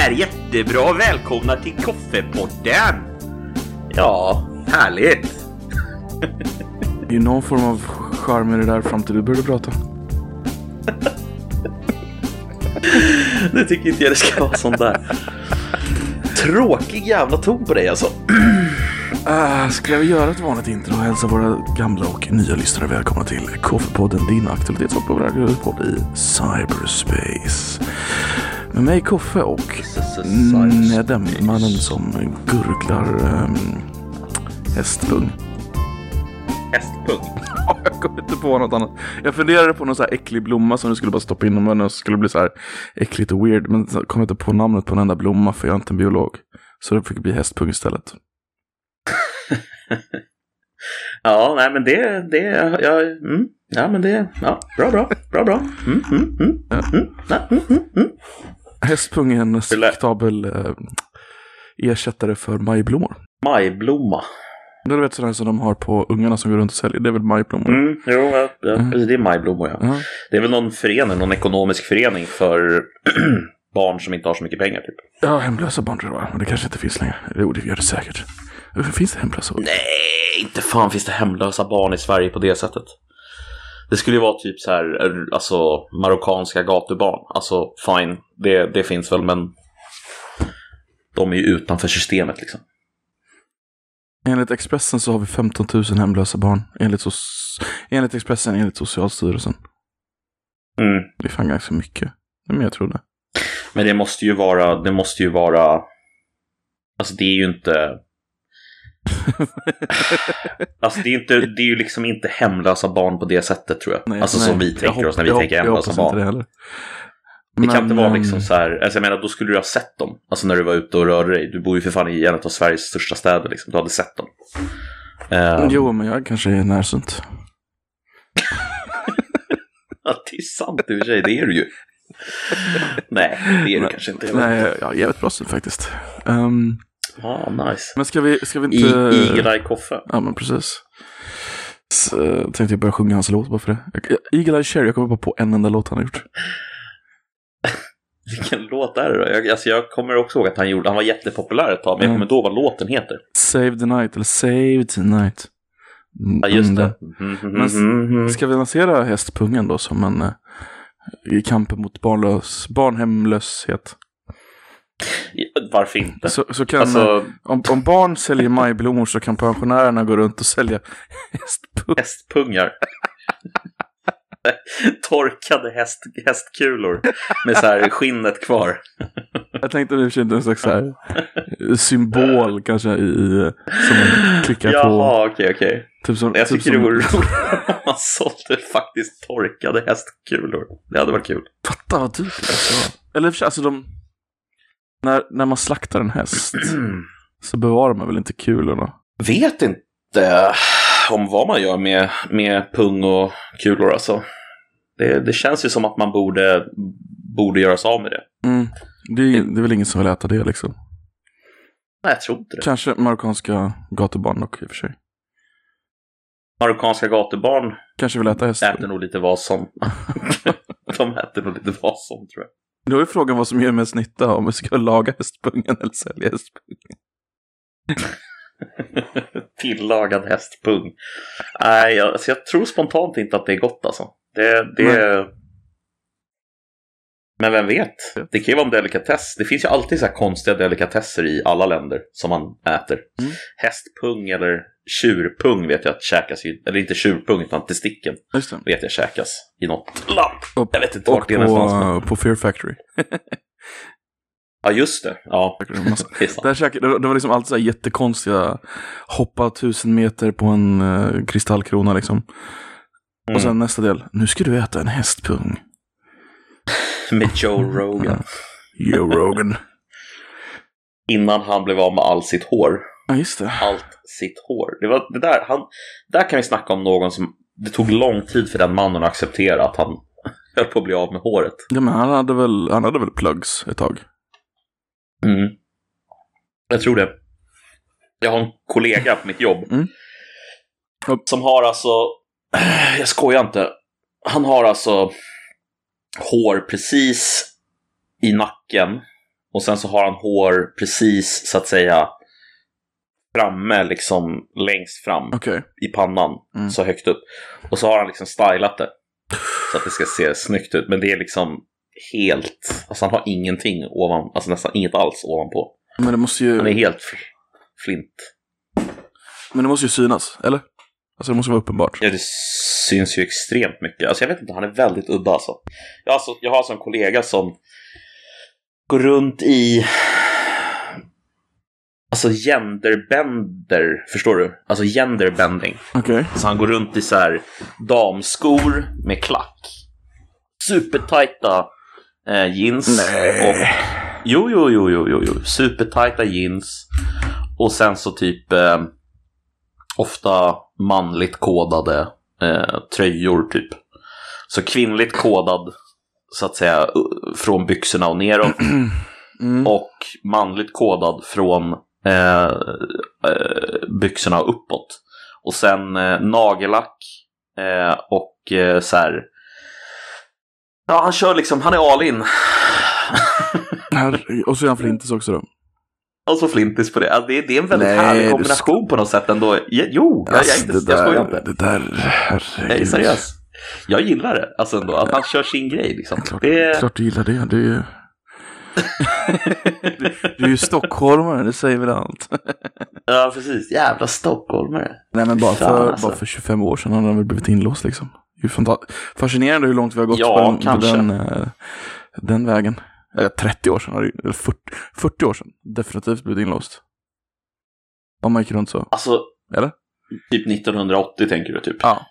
här jättebra. Välkomna till Koffepodden. Ja, härligt. Det är någon form av charm i det där fram till du började prata. Det tycker inte jag det ska vara sånt där. Tråkig jävla ton på dig alltså. Ska vi göra ett vanligt intro och hälsa våra gamla och nya lyssnare välkomna till Koffepodden, din aktualitet och populärpodd i cyberspace. Med mig Koffe och Nedem, mannen som gurglar hästpung. Hästpung? Jag kommer inte på något annat. Jag funderade på någon så här äcklig blomma som du skulle bara stoppa in i munnen och skulle bli så här äckligt och weird. Men jag kom inte på namnet på en enda blomma för jag är inte en biolog. Så det fick bli hästpung istället. Ja, nej men bra. Hästpung är en acceptabel ersättare för majblommor. Majblomma. Du vet sådär som de har på ungarna som går runt och säljer. Det är väl majblommor? Det är majblommor, ja. Det är väl någon förening, någon ekonomisk förening för barn som inte har så mycket pengar typ. Ja, hemlösa barn tror jag. Men det kanske inte finns längre. Jo, det gör det säkert. Finns det hemlösa barn? Nej, inte fan finns det hemlösa barn i Sverige på det sättet. Det skulle ju vara typ så här, alltså marockanska gatubarn. Alltså fine, det finns väl, men de är ju utanför systemet liksom. Enligt Expressen så har vi 15 000 hemlösa barn. Enligt Expressen, enligt Socialstyrelsen. Det är fan ganska mycket. Men jag tror det. Men det måste ju vara alltså det är ju inte alltså det är ju liksom inte hemlösa barn på det sättet tror jag. Nej, alltså som vi tänker oss när vi tänker hemlösa barn. Det kan inte vara liksom så här, alltså jag menar då skulle du ha sett dem. Alltså när du var ute och rörde dig. Du bor ju för fan i en av Sveriges största städer liksom. Du hade sett dem. Jo, men jag kanske är närsynt. Ja, det är sant i och för sig, det är du ju. Nej, det är du kanske inte. Nej, jag är jävligt bra synt faktiskt. Nice. Men ska vi inte... Eagle Eye Koffe. Ja, men precis. Så, tänkte jag börja sjunga hans låt bara för det. Eagle Eye Cherry, jag kommer bara på en enda låt han har gjort. Vilken låt är det då? Jag kommer också ihåg att han var jättepopulär ett tag, men jag kommer inte ihåg vad låten heter. Save the Night, eller Save Tonight. Ja, just det. Men ska vi lansera hästpungen då som en i kampen mot barnhemlöshet? Varför inte? Så kan om barn säljer majblommor så kan pensionärerna gå runt och sälja hästpungar. Torkade hästkulor med så här skinnet kvar. Jag tänkte vi försökte en slags så här symbol kanske som man klickar på. Jaha, okej. Typ som, jag tycker det vore roligt om man sålde faktiskt torkade hästkulor. Det hade varit kul. Fatta vad typ alltså. Eller alltså när man slaktar en häst så bevarar man väl inte kulorna? Vet inte om vad man gör med pung och kulor alltså. Det känns ju som att man borde göra sig av med det. Det är väl ingen som vill äta det liksom. Nej, jag tror inte det. Kanske marockanska gatubarn och i och för sig. Marockanska gatubarn kanske vill äta häst. Äter nog lite vad som. De äter nog lite vad som, tror jag. Då är frågan vad som gör mest nytta, om vi ska laga hästpungen eller sälja hästpungen. Tillagad hästpung. Nej, jag tror spontant inte att det är gott alltså. Men vem vet? Det kan ju vara en delikatess. Det finns ju alltid så här konstiga delikatesser i alla länder som man äter. Hästpung eller tjurpung vet jag att käkas i, eller inte tjurpung utan testicken. Vet jag käkas i något land. Jag vet inte vart det är någonstans. På Fear Factory. Ja, just det. Ja. Det var liksom alltid så här jättekonstiga hoppa 1000 meter på en kristallkrona liksom. Och sen nästa del. Nu ska du äta en hästpung. Med Joe Rogan. Joe Rogan. Innan han blev av med all sitt hår. Ja, just det. Allt sitt hår. Det var det där. Där kan vi snacka om någon som... Det tog lång tid för den mannen att acceptera att han höll på att bli av med håret. Ja, men han hade väl plugs ett tag. Jag tror det. Jag har en kollega på mitt jobb som har alltså... Jag skojar inte. Han har alltså hår precis i nacken Och sen så har han hår precis så att säga framme, liksom längst fram i pannan, så högt upp. Och så har han liksom stylat det så att det ska se snyggt ut. Men det är liksom helt, alltså han har ingenting ovan, alltså nästan inget alls ovanpå. Men det måste ju... Han är helt flint. Men det måste ju synas, eller? Alltså det måste vara uppenbart. Ja, det syns ju extremt mycket. Alltså jag vet inte, han är väldigt udda alltså. Jag har alltså en kollega som går runt i alltså genderbender, förstår du? Alltså genderbending. Okej. Så han går runt i så här damskor med klack. Supertajta jeans. Nej. Och jo. Supertajta jeans. Och sen så typ ofta manligt kodade tröjor typ. Så kvinnligt kodad så att säga från byxorna och neråt. Och manligt kodad från byxorna uppåt. Och sen nagellack och så här. Ja, han kör liksom, han är all in. Och så är han flintis också då. Och så flintis på det. Alltså, det är en väldigt härlig kombination på något sätt ändå. Jo, jag skojar inte. Det där, jag är seriös. Jag gillar det, alltså ändå, att han kör sin grej liksom. Klart du gillar det. Du är ju stockholmare, det säger väl allt. Ja, precis. Jävla stockholmare. Nej, men bara för 25 år sedan hade han väl blivit inlåst liksom. Det är ju fascinerande hur långt vi har gått på den vägen. Eller 30 år sedan, eller 40 år sedan. Definitivt blivit inlåst. Om man gick runt så. Alltså, eller? Typ 1980 tänker du typ. Ja.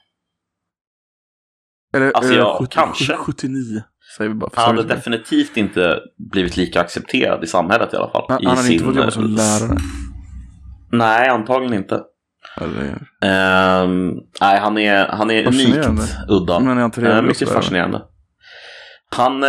Eller kanske 79 säger vi bara. Han hade definitivt inte blivit lika accepterad i samhället i alla fall. Han hade inte fått jobba som lärare. Nej, antagligen inte. Nej, han är unikt udda. Men är han trevlig? Mycket fascinerande. Han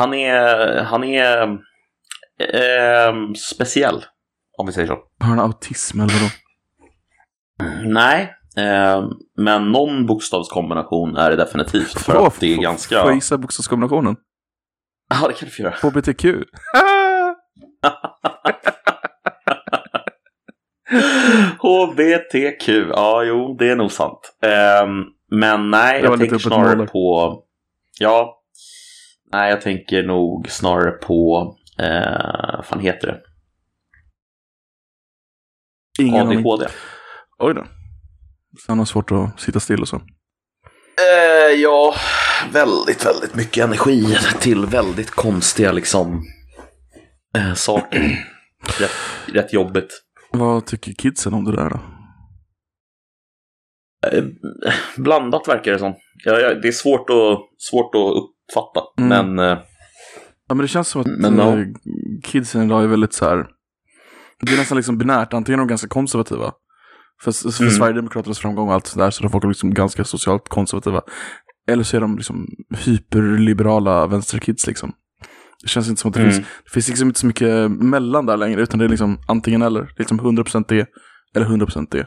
är speciell, om vi säger så. Har han autism eller vadå? Nej, men någon bokstavskombination är det definitivt. För att det är ganska... Får jag gissa bokstavskombinationen? Ja, det kan du få göra. HBTQ. HBTQ, ja jo, det är nog sant. Men nej, jag tänker snarare på... Ja, nej, jag tänker nog snarare på... vad fan heter det? ADHD. Oj då. Så han har svårt att sitta still och så. Ja, väldigt, väldigt mycket energi till väldigt konstiga liksom saker. Rätt jobbigt. Vad tycker kidsen om det där då? Blandat verkar det som. Det är svårt att uppfatta. Men ja, men det känns som att kidsen idag är väldigt så här. Det är nästan liksom binärt. Antingen är de ganska konservativa. För Sverigedemokraternas framgång och allt sådär. Så de folk är liksom ganska socialt konservativa. Eller så är de liksom hyperliberala vänsterkids liksom. Det känns inte som att det finns liksom inte så mycket mellan där längre. Utan det är liksom antingen eller. Det är liksom 100% det. Eller 100% det.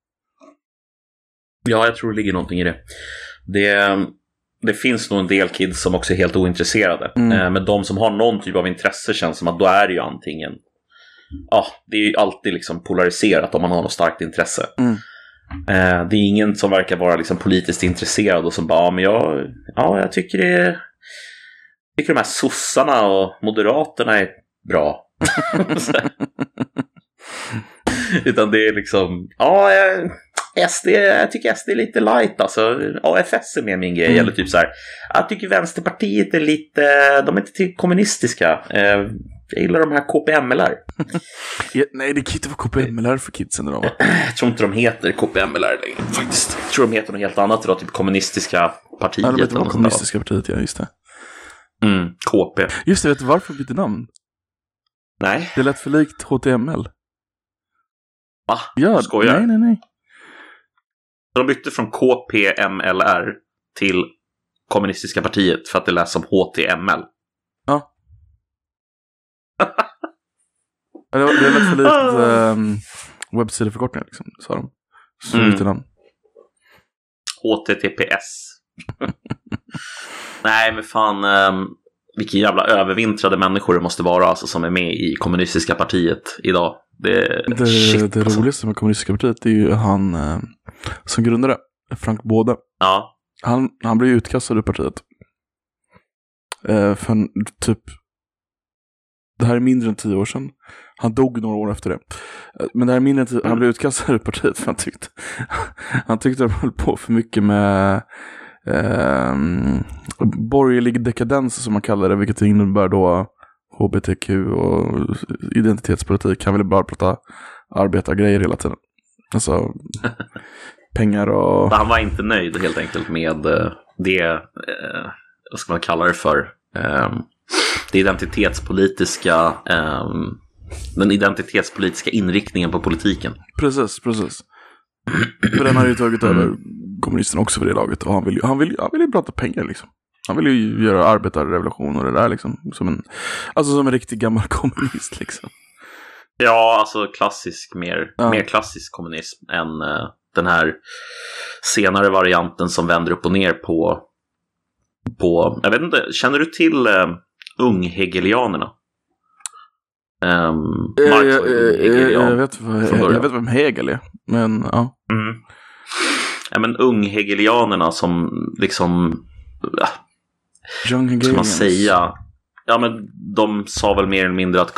Ja, jag tror det ligger någonting i det. Det finns nog en del kids som också är helt ointresserade. Men de som har någon typ av intresse känns som att då är det ju antingen... Ja, det är ju alltid liksom polariserat om man har något starkt intresse. Det är ingen som verkar vara liksom politiskt intresserad och som bara, men jag tycker de här sossarna och moderaterna är bra. Utan det är liksom, SD, jag tycker SD är lite light alltså. AFS är med min grej. Eller typ så här, jag tycker Vänsterpartiet är lite, de är inte till kommunistiska. Jag gillar de här KPMLR. Nej, det kan inte vara KPMLR för kidsen idag, va? Jag tror inte de heter KPMLR längre faktiskt. Jag tror de heter något helt annat idag, typ kommunistiska partiet. Ja, det var kommunistiska partiet, ja, just det. KP. Just det, vet du varför bytte namn? Nej. Det lät för likt HTML. Va? Ja, skojar. Nej. De bytte från KPMLR till kommunistiska partiet för att det lät som HTML. Ja. Det lät för likt webbsideförkortningar liksom, sa de. Så bytte namn. HTTPS. Nej, men fan. vilka jävla övervintrade människor det måste vara alltså, som är med i kommunistiska partiet idag. Det roligaste med kommunistiska partiet är ju han som grundade Frank Baude. Ja. Han blev utkastad ur partiet. För typ, det här är mindre än 10 år sedan. Han dog några år efter det. Men det här är mindre än 10 han blev utkastad ur partiet för han tyckte de höll på för mycket med borgerlig dekadens som man kallar det, vilket innebär då HBTQ och identitetspolitik. Han ville bara prata arbetargrejer hela tiden. Alltså pengar och... Han var inte nöjd helt enkelt med det, vad ska man kalla det för, det identitetspolitiska, den identitetspolitiska inriktningen på politiken. Precis. För den har ju tagit över kommunisterna också för det laget. Och han vill ju prata pengar liksom. Han vill ju göra arbetarrevolution och det där liksom. Som en riktig gammal kommunist liksom. Ja, alltså mer klassisk kommunism än den här senare varianten som vänder upp och ner på jag vet inte, känner du till unghegelianerna? Marx var ju hegelian. Jag vet vem Hegel är, men ja. Ja, men unghegelianerna som liksom ska man säga, ja men de sa väl mer eller mindre att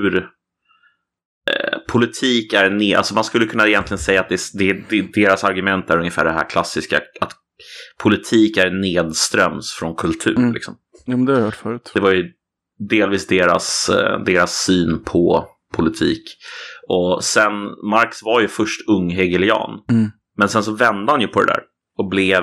politik är alltså man skulle kunna egentligen säga att deras argument är ungefär det här klassiska, att politik är nedströms från kultur liksom. Ja, men det har jag hört förut. Det var ju delvis deras syn på politik. Och sen, Marx var ju först ung hegelian. Men sen så vände han ju på det där och blev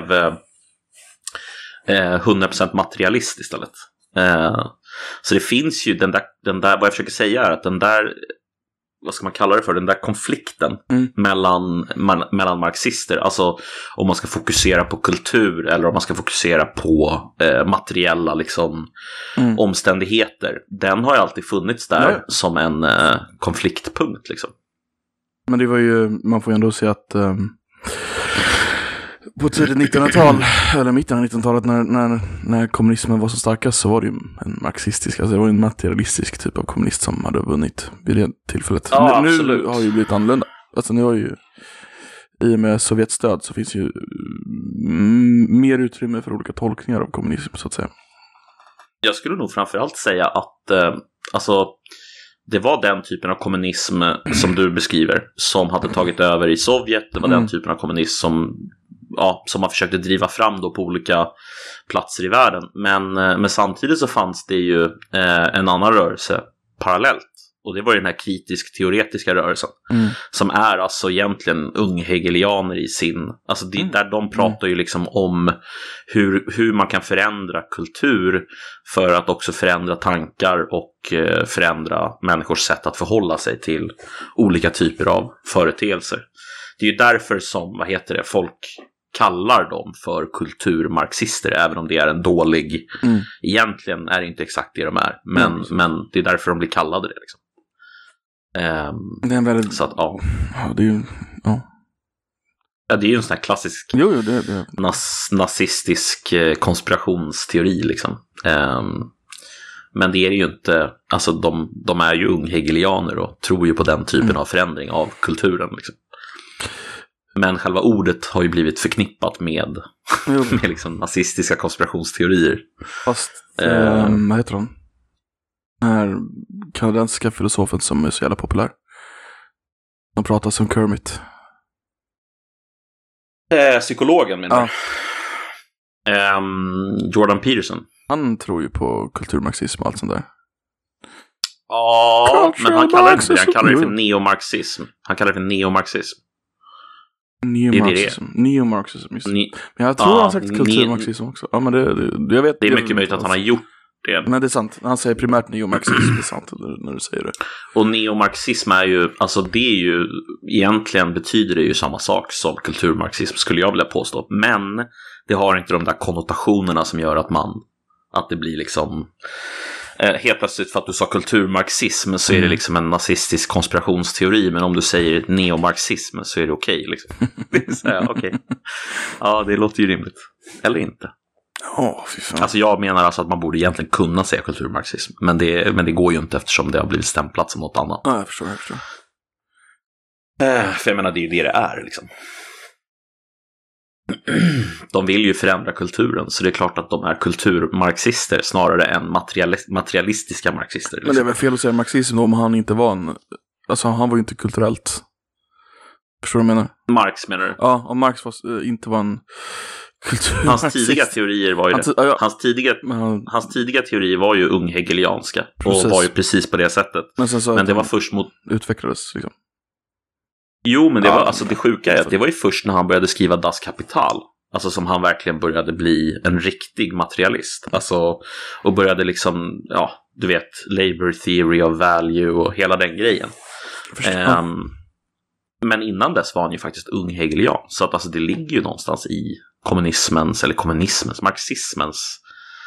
100% materialist istället. Så det finns ju den där, vad jag försöker säga är att den där, vad ska man kalla det för, den där konflikten mellan marxister, alltså om man ska fokusera på kultur eller om man ska fokusera på materiella liksom omständigheter, den har ju alltid funnits där som en konfliktpunkt liksom. Men det var ju, man får ju ändå se att på tidigt 1900-tal eller mitten av 1900-talet när kommunismen var så starkast, så var det ju en marxistisk, alltså det var en materialistisk typ av kommunist som hade vunnit vid det tillfället. Ja, nu absolut. har ju blivit annorlunda. Alltså nu har ju, i och med Sovjetstöd så finns ju mer utrymme för olika tolkningar av kommunism så att säga. Jag skulle nog framförallt säga att alltså det var den typen av kommunism som du beskriver som hade tagit över i Sovjet. Det var den typen av kommunism som man försökte driva fram då på olika platser i världen. Men samtidigt så fanns det ju en annan rörelse parallellt. Och det var ju den här kritisk-teoretiska rörelsen. Som är alltså egentligen unghegelianer i sin... Alltså där de pratar ju liksom om hur man kan förändra kultur för att också förändra tankar och förändra människors sätt att förhålla sig till olika typer av företeelser. Det är ju därför som, folk kallar dem för kulturmarxister, även om det är en dålig... Egentligen är det inte exakt det de är. Men det är därför de blir kallade det liksom. Det är en väldigt... Så att, ja. Det är ju... Ja, det är ju en sån här klassisk det. nazistisk konspirationsteori liksom. Men det är ju inte... Alltså de är ju unghegelianer och tror ju på den typen av förändring av kulturen liksom. Men själva ordet har ju blivit förknippat med liksom nazistiska konspirationsteorier. Fast, vad heter de? Den här kanadensiska filosofen som är så jävla populär. De pratar som Kermit. Psykologen menar Jordan Peterson. Han tror ju på kulturmarxism och allt sånt där. Ja, men han kallar det inte det. Han kallar det för neomarxism. Neomarxism, just. Men jag tror han har sagt kulturmarxism också. Ja, men jag vet. Det är mycket möjligt att han har gjort det. Men det är sant. Han säger primärt neomarxism, det är sant när du säger det. Och neomarxism är ju, alltså det är ju, egentligen betyder det ju samma sak som kulturmarxism skulle jag vilja påstå. Men det har inte de där konnotationerna som gör att det blir liksom... helt plötsligt för att du sa kulturmarxism så är det liksom en nazistisk konspirationsteori, men om du säger neomarxism så är det okej liksom. Det är så här, okej. Ja, det låter ju rimligt. Eller inte. Fy fan. Alltså jag menar alltså att man borde egentligen kunna säga kulturmarxism. Men det går ju inte eftersom det har blivit stämplat som något annat. Ja, jag förstår. För jag menar, det är ju det är liksom. De vill ju förändra kulturen, så det är klart att de är kulturmarxister snarare än materialistiska marxister. Liksom. Men det är väl fel att säga marxism om han inte var alltså han var ju inte kulturellt. Förstår du vad jag menar? Marx menar du? Ja, om Marx inte var en kulturmarxist. Hans tidiga teorier var ju hans tidiga teorier var ju unghegelianska. Och var ju precis på det sättet. Men det var först mot... utvecklades liksom. Jo, men det var alltså det sjuka är att det var ju först när han började skriva Das Kapital, alltså som han verkligen började bli en riktig materialist. Alltså, och började liksom, du vet, labor theory of value och hela den grejen. Men innan dess var han ju faktiskt ung hegelian. Så att alltså det ligger ju någonstans i marxismens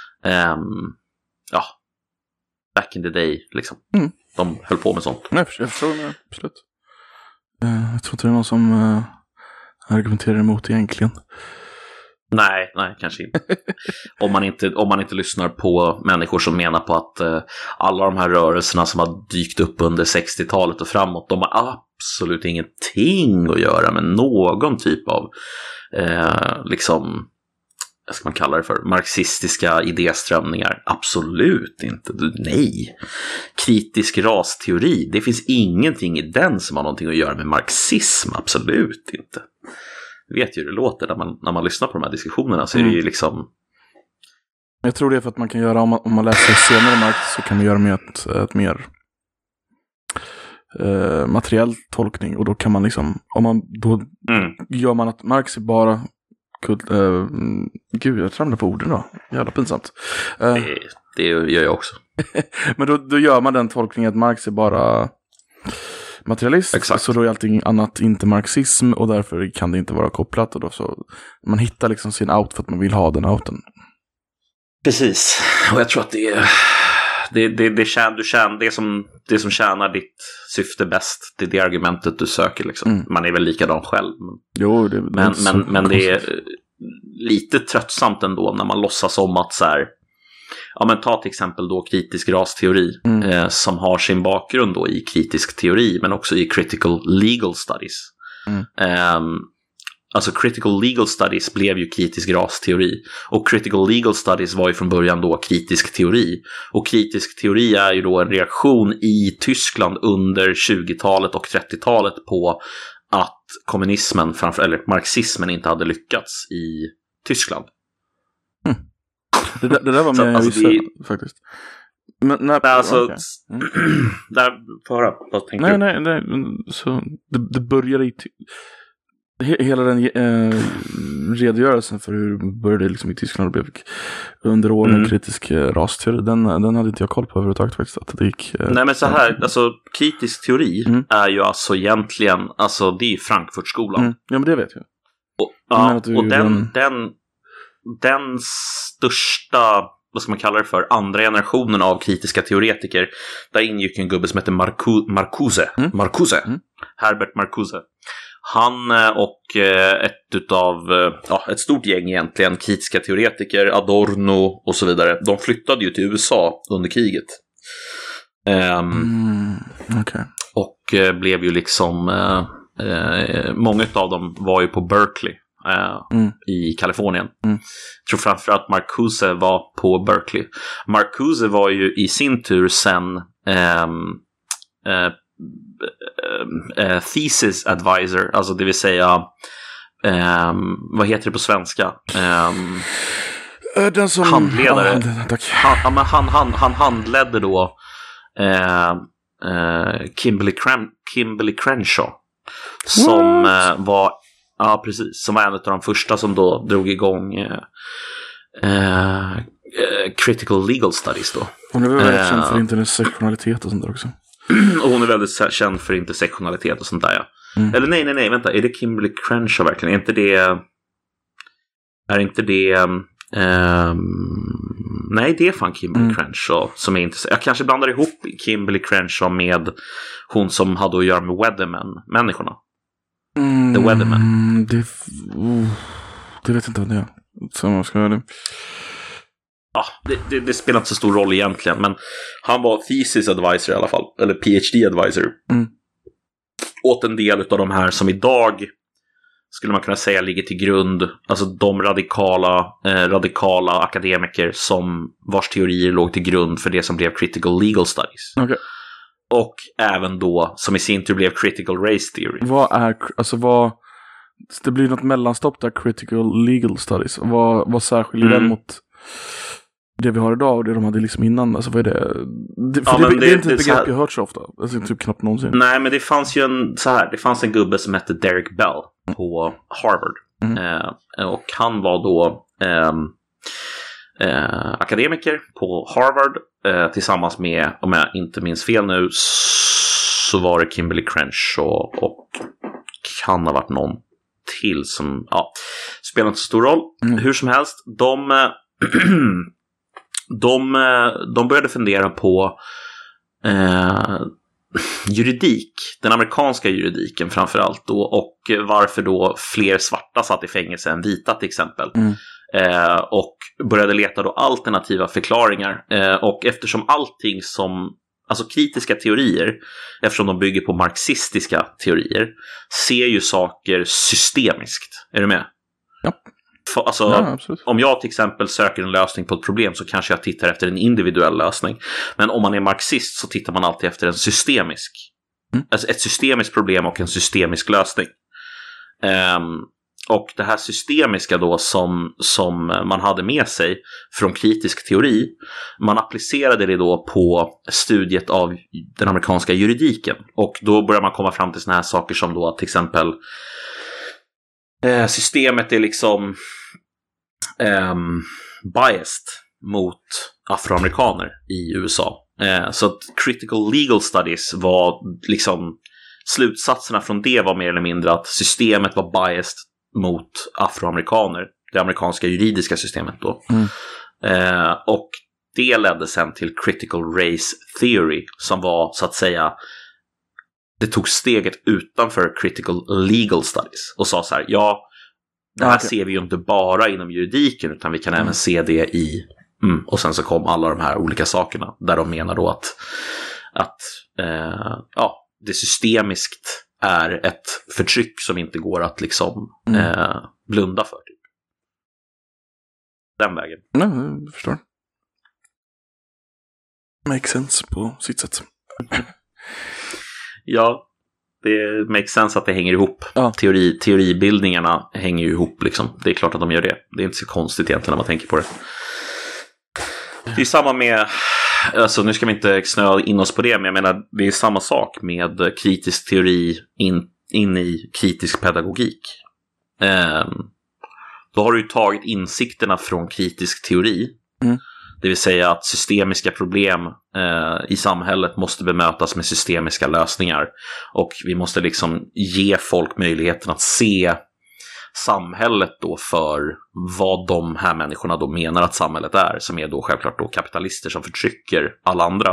back in the day liksom. De höll på med sånt. Nej, jag förstår det, absolut. Jag tror inte det är någon som argumenterar emot egentligen. Nej, kanske inte. om man inte lyssnar på människor som menar på att alla de här rörelserna som har dykt upp under 60-talet och framåt, de har absolut ingenting att göra med någon typ av liksom, vad ska man kalla det för, marxistiska idéströmningar. Absolut inte. Nej. Kritisk rasteori, det finns ingenting i den som har någonting att göra med marxism. Absolut inte. Jag vet ju hur det låter när man lyssnar på de här diskussionerna, så är det ju liksom... Jag tror det är för att man kan göra, om man läser senare Marx, så kan man göra med ett mer materiell tolkning, och då kan man liksom, gör man att Marx är bara gud, jag tramlar på orden då. Jävla pinsamt. Det gör jag också. Men då gör man den tolkningen att Marx är bara materialist. Exakt. Så då är allting annat inte marxism, och därför kan det inte vara kopplat, och då så man hittar liksom sin out för att man vill ha den outen. Precis. Och jag tror att det som tjänar ditt syfte bäst, det är det argumentet du söker liksom. Man är väl likadan själv. Jo, men det är lite tröttsamt ändå när man låtsas om att så här, men ta till exempel då kritisk rasteori som har sin bakgrund då i kritisk teori, men också i critical legal studies. Alltså critical legal studies blev ju kritisk rasteori, och critical legal studies var ju från början då kritisk teori, och kritisk teori är ju då en reaktion i Tyskland under 20-talet och 30-talet på att kommunismen eller marxismen inte hade lyckats i Tyskland. Det där var mer alltså faktiskt. Men när där förra, vad tänkte du? Nej, så det började i hela den redogörelsen för hur började liksom i Tyskland och blev under åren kritisk rasteori, den hade inte jag koll på överhuvudtaget faktiskt, att det gick. Nej, men så här, alltså kritisk teori är ju alltså egentligen, alltså det är Frankfurtskolan. Ja, men det vet jag. Och den största, vad ska man kalla det för, andra generationen av kritiska teoretiker, där ingick en gubbe som heter Marcuse. Herbert Marcuse. Han och ett stort gäng egentligen kritiska teoretiker, Adorno och så vidare, de flyttade ju till USA under kriget. Och blev ju liksom många av dem var ju på Berkeley i Kalifornien. Jag tror framförallt Marcuse var på Berkeley. Marcuse var ju i sin tur sen thesis advisor, alltså det vill säga vad heter det på svenska? Den som handledare. Han handledde då Kimberly Crenshaw som var precis, som var en av de första som då drog igång critical legal studies då. Hon är väl väldigt känd för intersektionalitet och sånt där också. Och hon är väldigt känd för intersektionalitet och sånt där, ja. Eller nej, vänta, är det Kimberly Crenshaw verkligen? Är inte det nej, det är fan Kimberly Crenshaw som är intressant. Jag kanske blandar ihop Kimberly Crenshaw med hon som hade att göra med Weatherman-människorna. The Weatherman. Det vet inte vad det är. Så man ska göra det. det spelar inte så stor roll egentligen, men han var thesis advisor i alla fall, eller PhD advisor åt en del av de här som idag skulle man kunna säga ligger till grund, alltså de radikala akademiker som vars teorier låg till grund för det som blev critical legal studies. Okay. Och även då som i sin tur blev critical race theory. Det blir något mellanstopp där, critical legal studies. Vad särskiljer den mot det vi har idag och det de hade liksom innan? Alltså vad är det? Det är inte ett begrepp jag hört så ofta. Alltså typ knappt någonsin. Nej, men det fanns ju det fanns en gubbe som hette Derek Bell på Harvard. Och han var då akademiker på Harvard tillsammans med, om jag inte minns fel nu, så var det Kimberly Crenshaw och kan ha varit någon till som spelar inte så stor roll. Hur som helst, de började fundera på juridik, den amerikanska juridiken framförallt då, och varför då fler svarta satt i fängelse än vita till exempel. Och började leta då alternativa förklaringar, och eftersom allting som, alltså kritiska teorier, eftersom de bygger på marxistiska teorier, ser ju saker systemiskt. Är du med? Ja. Alltså, om jag till exempel söker en lösning på ett problem så kanske jag tittar efter en individuell lösning. Men om man är marxist så tittar man alltid efter en systemisk. Alltså ett systemiskt problem och en systemisk lösning. Och det här systemiska då som man hade med sig från kritisk teori, man applicerade det då på studiet av den amerikanska juridiken. Och då börjar man komma fram till såna här saker som då till exempel systemet är liksom biased mot afroamerikaner i USA. Så att critical legal studies var liksom, slutsatserna från det var mer eller mindre att systemet var biased mot afroamerikaner, det amerikanska juridiska systemet då. Och det ledde sen till critical race theory, som var så att säga, det tog steget utanför critical legal studies och sa så här, det här ser vi ju inte bara inom juridiken, utan vi kan även se det i och sen så kom alla de här olika sakerna där de menar då att det systemiskt är ett förtryck som inte går att liksom blunda för typ. Den vägen. Nej, jag förstår. Makes sense på sitt sätt. Ja, det makes sense att det hänger ihop. Ja. Teoribildningarna hänger ju ihop liksom. Det är klart att de gör det. Det är inte så konstigt egentligen när man tänker på det. Det är samma med, alltså nu ska vi inte snöa in oss på det, men jag menar det är samma sak med kritisk teori in i kritisk pedagogik. Då har du ju tagit insikterna från kritisk teori. Det vill säga att systemiska problem i samhället måste bemötas med systemiska lösningar. Och vi måste liksom ge folk möjligheten att se samhället då för vad de här människorna då menar att samhället är. Som är då självklart då kapitalister som förtrycker alla andra.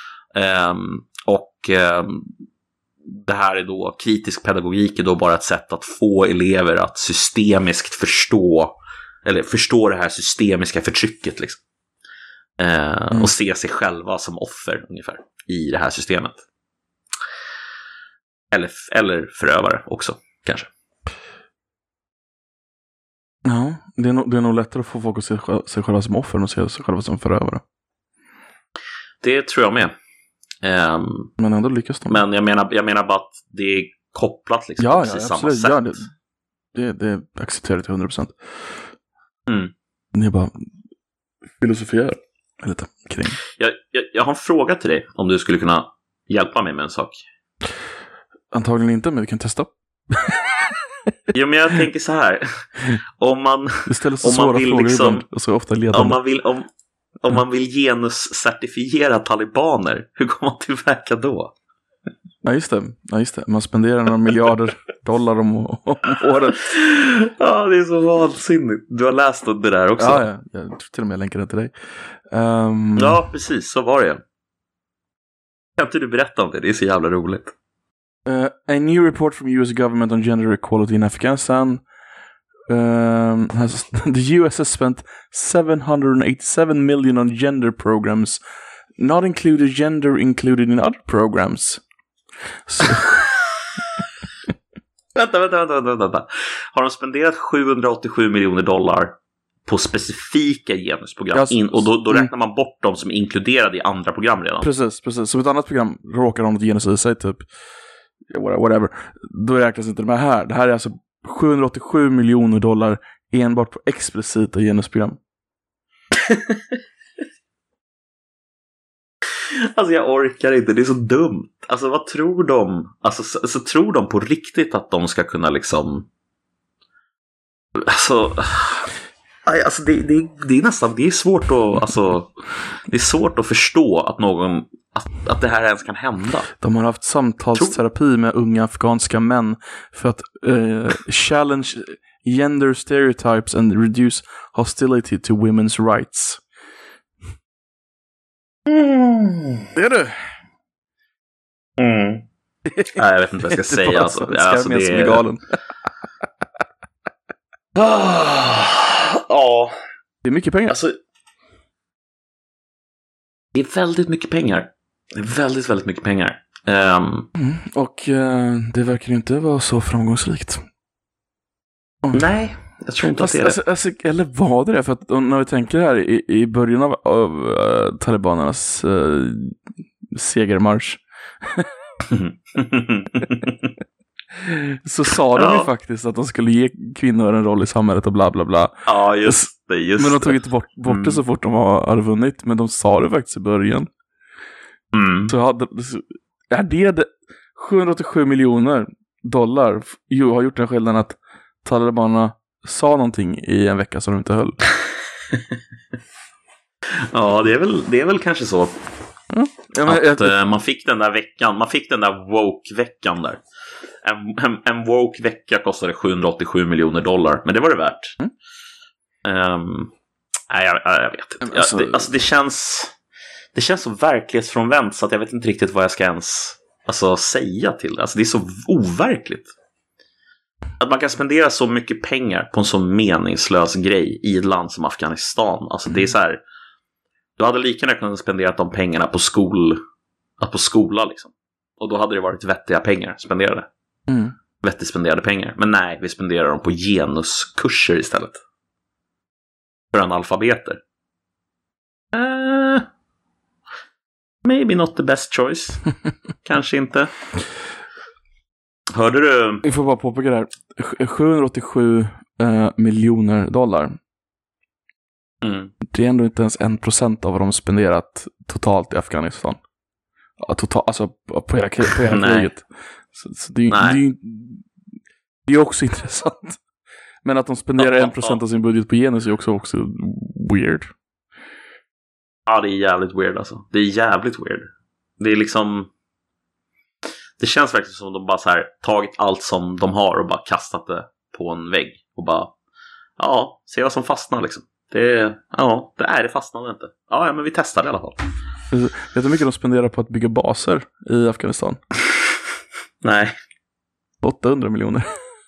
Det här är då, kritisk pedagogik är då bara ett sätt att få elever att systemiskt förstå det här systemiska förtrycket liksom. Och se sig själva som offer ungefär i det här systemet. Eller förövare också, kanske. Ja, det är nog lättare att få folk att se sig själva som offer än att se sig själva som förövare. Det tror jag med. Men ändå lyckas de. Men jag menar bara att det är kopplat liksom på precis samma sätt. Ja, det accepterar till 100%. Ni bara filosoferar lite kring. Jag har en fråga till dig, om du skulle kunna hjälpa mig med en sak. Antagligen inte, men vi kan testa. Jo, men jag tänker så här. Om man vill liksom, så ofta ledande. om man vill genuscertifiera talibaner, hur går man tillväga då? Ja, just det. Man spenderar några miljarder dollar om året. Ja, det är så vansinnigt. Du har läst det där också. Ja. Jag tror till och med jag länkar det till dig. Ja, precis. Så var det. Kan inte du berätta om det? Det är så jävla roligt. A new report from US government on gender equality in Afghanistan The US has spent $787 million on gender programs, not included gender included in other programs. So... Vänta. Har de spenderat $787 miljoner på specifika genusprogram? Och då räknar man bort dem som är inkluderade i andra program redan. Precis. Som ett annat program råkar ha något genus i sig, typ whatever. Då räknas inte de här. Det här är alltså $787 miljoner enbart på explicita genusprogram. Alltså jag orkar inte, det är så dumt. Alltså vad tror de? Alltså så tror de på riktigt att de ska kunna liksom... Alltså det är nästan, det är svårt att, alltså, det är svårt att förstå att någon, att det här ens kan hända. De har haft samtalsterapi med unga afghanska män för att challenge gender stereotypes and reduce hostility to women's rights. Det är det. Nej, jag vet inte vad jag ska säga. Alltså, det är galen. Ja. Det är mycket pengar. Alltså, det är väldigt mycket pengar. Det är väldigt, väldigt mycket pengar. Och det verkar inte vara så framgångsrikt. Nej, jag tror inte att det är det. Alltså, eller var det? För att när vi tänker här i början av talibanernas segermarsch så sa de ju faktiskt att de skulle ge kvinnor en roll i samhället och bla bla bla. Ja, just det. Men de tog inte bort det så fort de hade vunnit. Men de sa det faktiskt i början. Så hade $787 miljoner har gjort den skillnaden att talibanerna sa någonting i en vecka som de inte höll. Ja, det är väl kanske så att man fick den där veckan, man fick den där woke-veckan där. En woke-vecka kostade $787 miljoner, men det var det värt. Nej, jag vet inte. Alltså det känns så verklighetsfrånvänt så att jag vet inte riktigt vad jag ska ens säga till det. Alltså det är så overkligt. Att man kan spendera så mycket pengar på en så meningslös grej i ett land som Afghanistan. Alltså det är så här, du hade lika gärna kunnat spendera de pengarna på skola liksom. Och då hade det varit vettiga pengar spenderade. Vettigt spenderade pengar. Men nej, vi spenderar dem på genuskurser istället. För analfabeter. Maybe not the best choice. Kanske inte. Hörde du? Vi får bara påpeka det här. $787 miljoner. Det är ändå inte ens 1% av vad de spenderat totalt i Afghanistan. Alltså på hela kriget. Så det är också intressant. Men att de spenderar 1% av sin budget på genus är också weird. Ja, det är jävligt weird alltså. Det är jävligt weird. Det är liksom... Det känns verkligen som de bara så här tagit allt som de har och bara kastat det på en vägg. Och bara, se vad som fastnar liksom. Det fastnade inte. Ja, men vi testar det i alla fall. Vet du hur mycket de spenderar på att bygga baser i Afghanistan? Nej. 800 miljoner.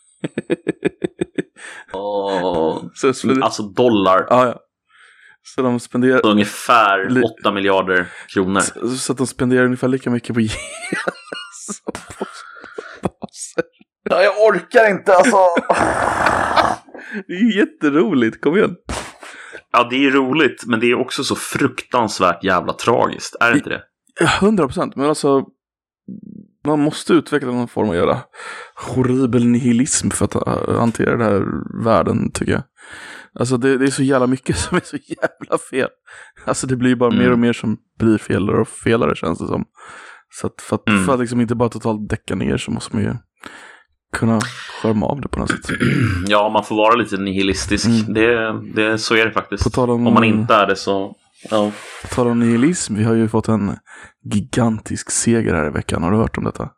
Alltså dollar. Ja. Så de spenderar ungefär 8 miljarder kronor. Så att de spenderar ungefär lika mycket på baser. Ja, jag orkar inte alltså. Det är ju jätteroligt, kom igen. Ja, det är roligt, men det är också så fruktansvärt jävla tragiskt. Är det inte det? 100%, men alltså man måste utveckla någon form av göra horribel nihilism för att hantera den här världen, tycker jag. Alltså det är så jävla mycket som är så jävla fel. Alltså det blir bara mer och mer som blir felare och felare, känns det som. Så att för att liksom inte bara totalt däcka ner så måste man ju kunna skärma av det på något sätt. Ja, man får vara lite nihilistisk. Så är det faktiskt. Om man inte är det så... Ja. På tal om nihilism, vi har ju fått en gigantisk seger här i veckan. Har du hört om detta?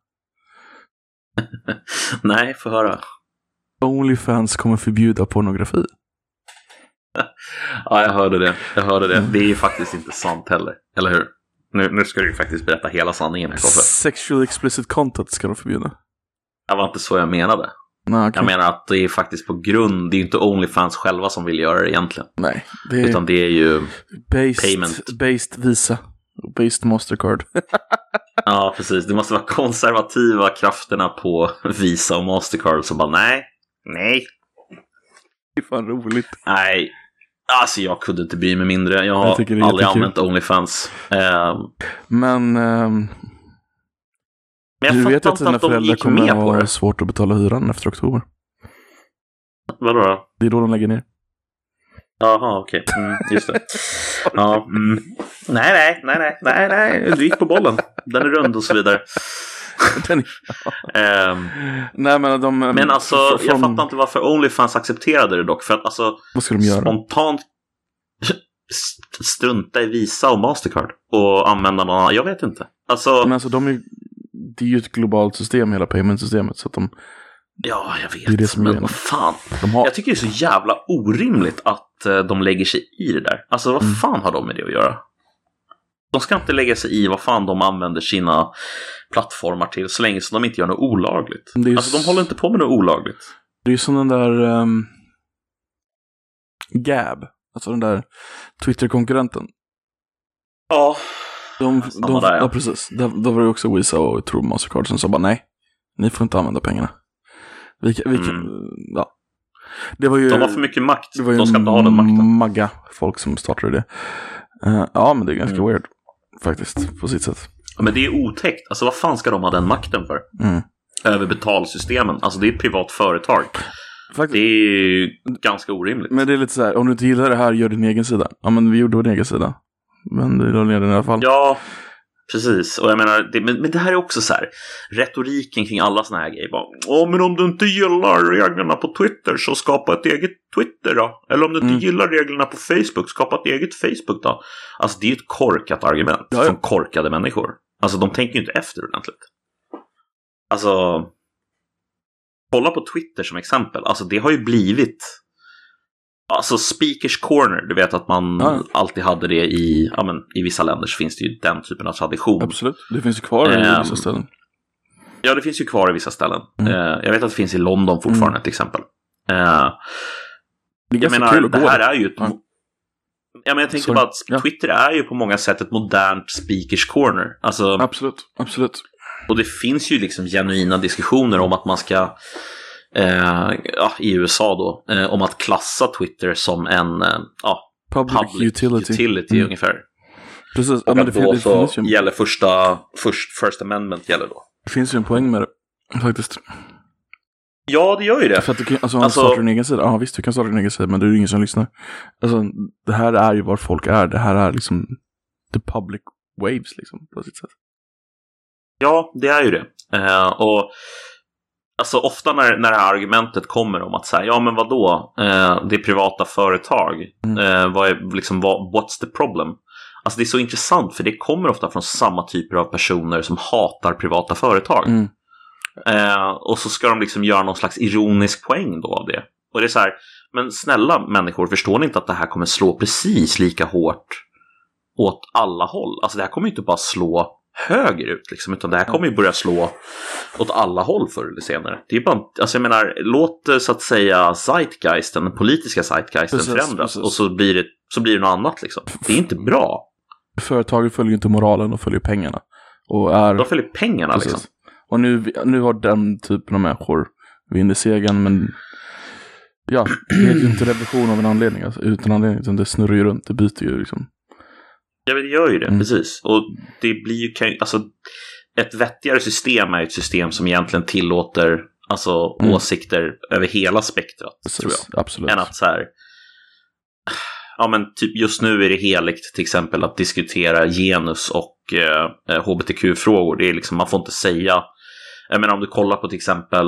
Nej, får höra. OnlyFans kommer förbjuda pornografi. Ja, jag hörde det. Det är ju faktiskt inte sant heller. Eller hur? Nu ska du ju faktiskt berätta hela sanningen. Sexually explicit content ska de förbjuda. Det var inte så jag menade. Nej, okay. Jag menar att det är faktiskt på grund, det är ju inte OnlyFans själva som vill göra det egentligen. Nej. Utan det är ju payment. Based Visa. Based Mastercard. Ja, precis. Det måste vara konservativa krafterna på Visa och Mastercard som bara nej. Det är fan roligt. Nej, alltså jag kunde inte bry mig mindre. Jag har aldrig använt OnlyFans. Men du vet att dina föräldrar kommer att ha svårt att betala hyran efter oktober. Vadå då? Det är då de lägger ner. Jaha, okej. Just det. Ja, Nej. Du gick på bollen. Den är rund och så vidare. Nej, men alltså, jag fattar inte varför OnlyFans accepterade det dock. För att alltså, vad ska de göra? Spontant strunta i Visa och Mastercard och använda någon, jag vet inte. Alltså, men alltså det är ju ett globalt system, hela payment-systemet, så att de... Ja, jag vet. Det är det som men vad fan. Jag tycker det är så jävla orimligt att de lägger sig i det där. Alltså vad fan har de med det att göra? De ska inte lägga sig i vad fan de använder sina plattformar till så länge som de inte gör något olagligt. Alltså de håller inte på med något olagligt. Det är ju som den där Gab. Alltså den där Twitter-konkurrenten. Ja. Ja, precis. Då var det också Visa och tror Mastercard som sa bara nej, ni får inte använda pengarna. Ja. Det var ju, de har för mycket makt. Det var ju de ska inte ha den makten. Magga folk som startade det. Ja, men det är ganska weird faktiskt på sitt sätt. Ja, men det är otäckt. Alltså vad fan ska de ha den makten för? Över betalsystemen. Alltså det är ett privat företag. Faktiskt. Det är ju ganska orimligt. Men det är lite så här, om du inte gillar det här, gör din egen sida. Ja, men vi gjorde vår egen sida. Men det la ner den i alla fall. Ja, precis. Och jag menar, men det här är också så här, retoriken kring alla såna här grejer. Men om du inte gillar reglerna på Twitter så skapa ett eget Twitter då. Eller om du inte gillar reglerna på Facebook, skapa ett eget Facebook då. Alltså det är ju ett korkat argument från korkade människor. Alltså de tänker ju inte efter ordentligt. Alltså, kolla på Twitter som exempel. Alltså det har ju blivit... Alltså speakers corner, du vet att man alltid hade det i vissa länder så finns det ju den typen av tradition. Absolut, det finns ju kvar i vissa ställen. Ja, det finns ju kvar i vissa ställen. Jag vet att det finns i London fortfarande till exempel. Det är ganska kul att det gå här är ju ett... Ja, men jag tänker bara att Twitter är ju på många sätt ett modernt speakers corner. Alltså, absolut. Och det finns ju liksom genuina diskussioner om att man ska... i USA då om att klassa Twitter som en public utility ungefär. Precis. Och att då så gäller First Amendment gäller då. Det finns ju en poäng med det faktiskt. Ja, det gör ju det. För att du kan, starta din egen sida. Ja, visst, du kan starta din egen sida, men det är ju ingen som lyssnar. Alltså, det här är ju var folk är. Det här är liksom the public waves liksom på sitt sätt. Ja, det är ju det. Och alltså ofta när det här argumentet kommer om att säga, ja men vadå, det är privata företag, what's the problem? Alltså det är så intressant för det kommer ofta från samma typer av personer som hatar privata företag. Och så ska de liksom göra någon slags ironisk poäng då av det. Och det är så här, men snälla människor, förstår ni inte att det här kommer slå precis lika hårt åt alla håll? Alltså det här kommer inte bara slå höger ut liksom, utan det här kommer ju börja slå åt alla håll förr eller senare. Det är bara, alltså jag menar, låt så att säga zeitgeisten, den politiska zeitgeisten förändras och så blir det något annat liksom. Det är inte bra. Företaget följer inte moralen och följer pengarna. De följer pengarna liksom. Och nu har den typen av människor vinner segern, men ja, det är ju inte revolution av en anledning alltså, utan anledning, utan det snurrar ju runt, det byter ju liksom. Ja, men det gör ju det, precis. Och det blir ju, alltså, ett vettigare system är ett system som egentligen tillåter åsikter över hela spektrat, precis, tror jag. Absolut. Än att så här, ja men typ just nu är det heligt till exempel att diskutera genus och hbtq-frågor. Det är liksom, man får inte säga, jag menar om du kollar på till exempel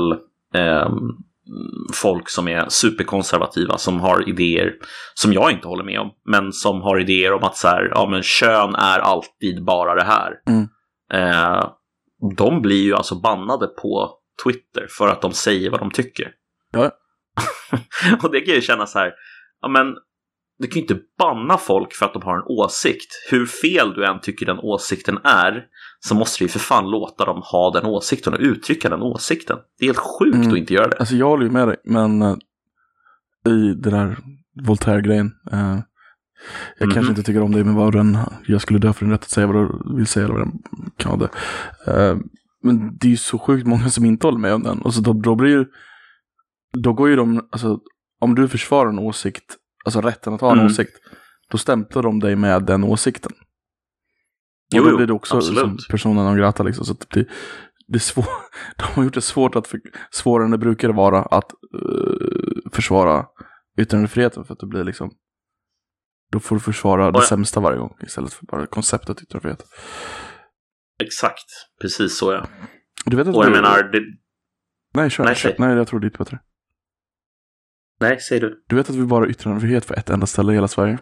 folk som är superkonservativa, som har idéer som jag inte håller med om, men som har idéer om att så här, ja men kön är alltid bara det här. De blir ju alltså bannade på Twitter för att de säger vad de tycker. Ja. Och det kan jag ju känna så här, ja men du kan ju inte banna folk för att de har en åsikt. Hur fel du än tycker den åsikten är, så måste vi för fan låta dem ha den åsikten och uttrycka den åsikten. Det är helt sjukt att inte göra det. Alltså jag håller ju med dig, men i det där Voltaire-grejen, jag kanske inte tycker om det, men jag skulle dö för den rätt att säga vad du vill säga eller vad den kan ha det. Men det är ju så sjukt många som inte håller med om den. Och så då går ju de, alltså om du försvarar en åsikt, alltså rätten att ha en åsikt, då stämplar de dig med den åsikten. Och då blir det också som personen non grata liksom, så det är svårt. De har gjort det svårare än det brukar vara att försvara yttrandefriheten, för att det blir liksom, då får du försvara det sämsta varje gång istället för bara konceptet yttrandefrihet. Exakt, precis så ja. Du vet att och jag menar Nej, jag tror det är bättre. Nej, säger du. Du vet att vi bara har yttrandefrihet för ett enda ställe i hela Sverige?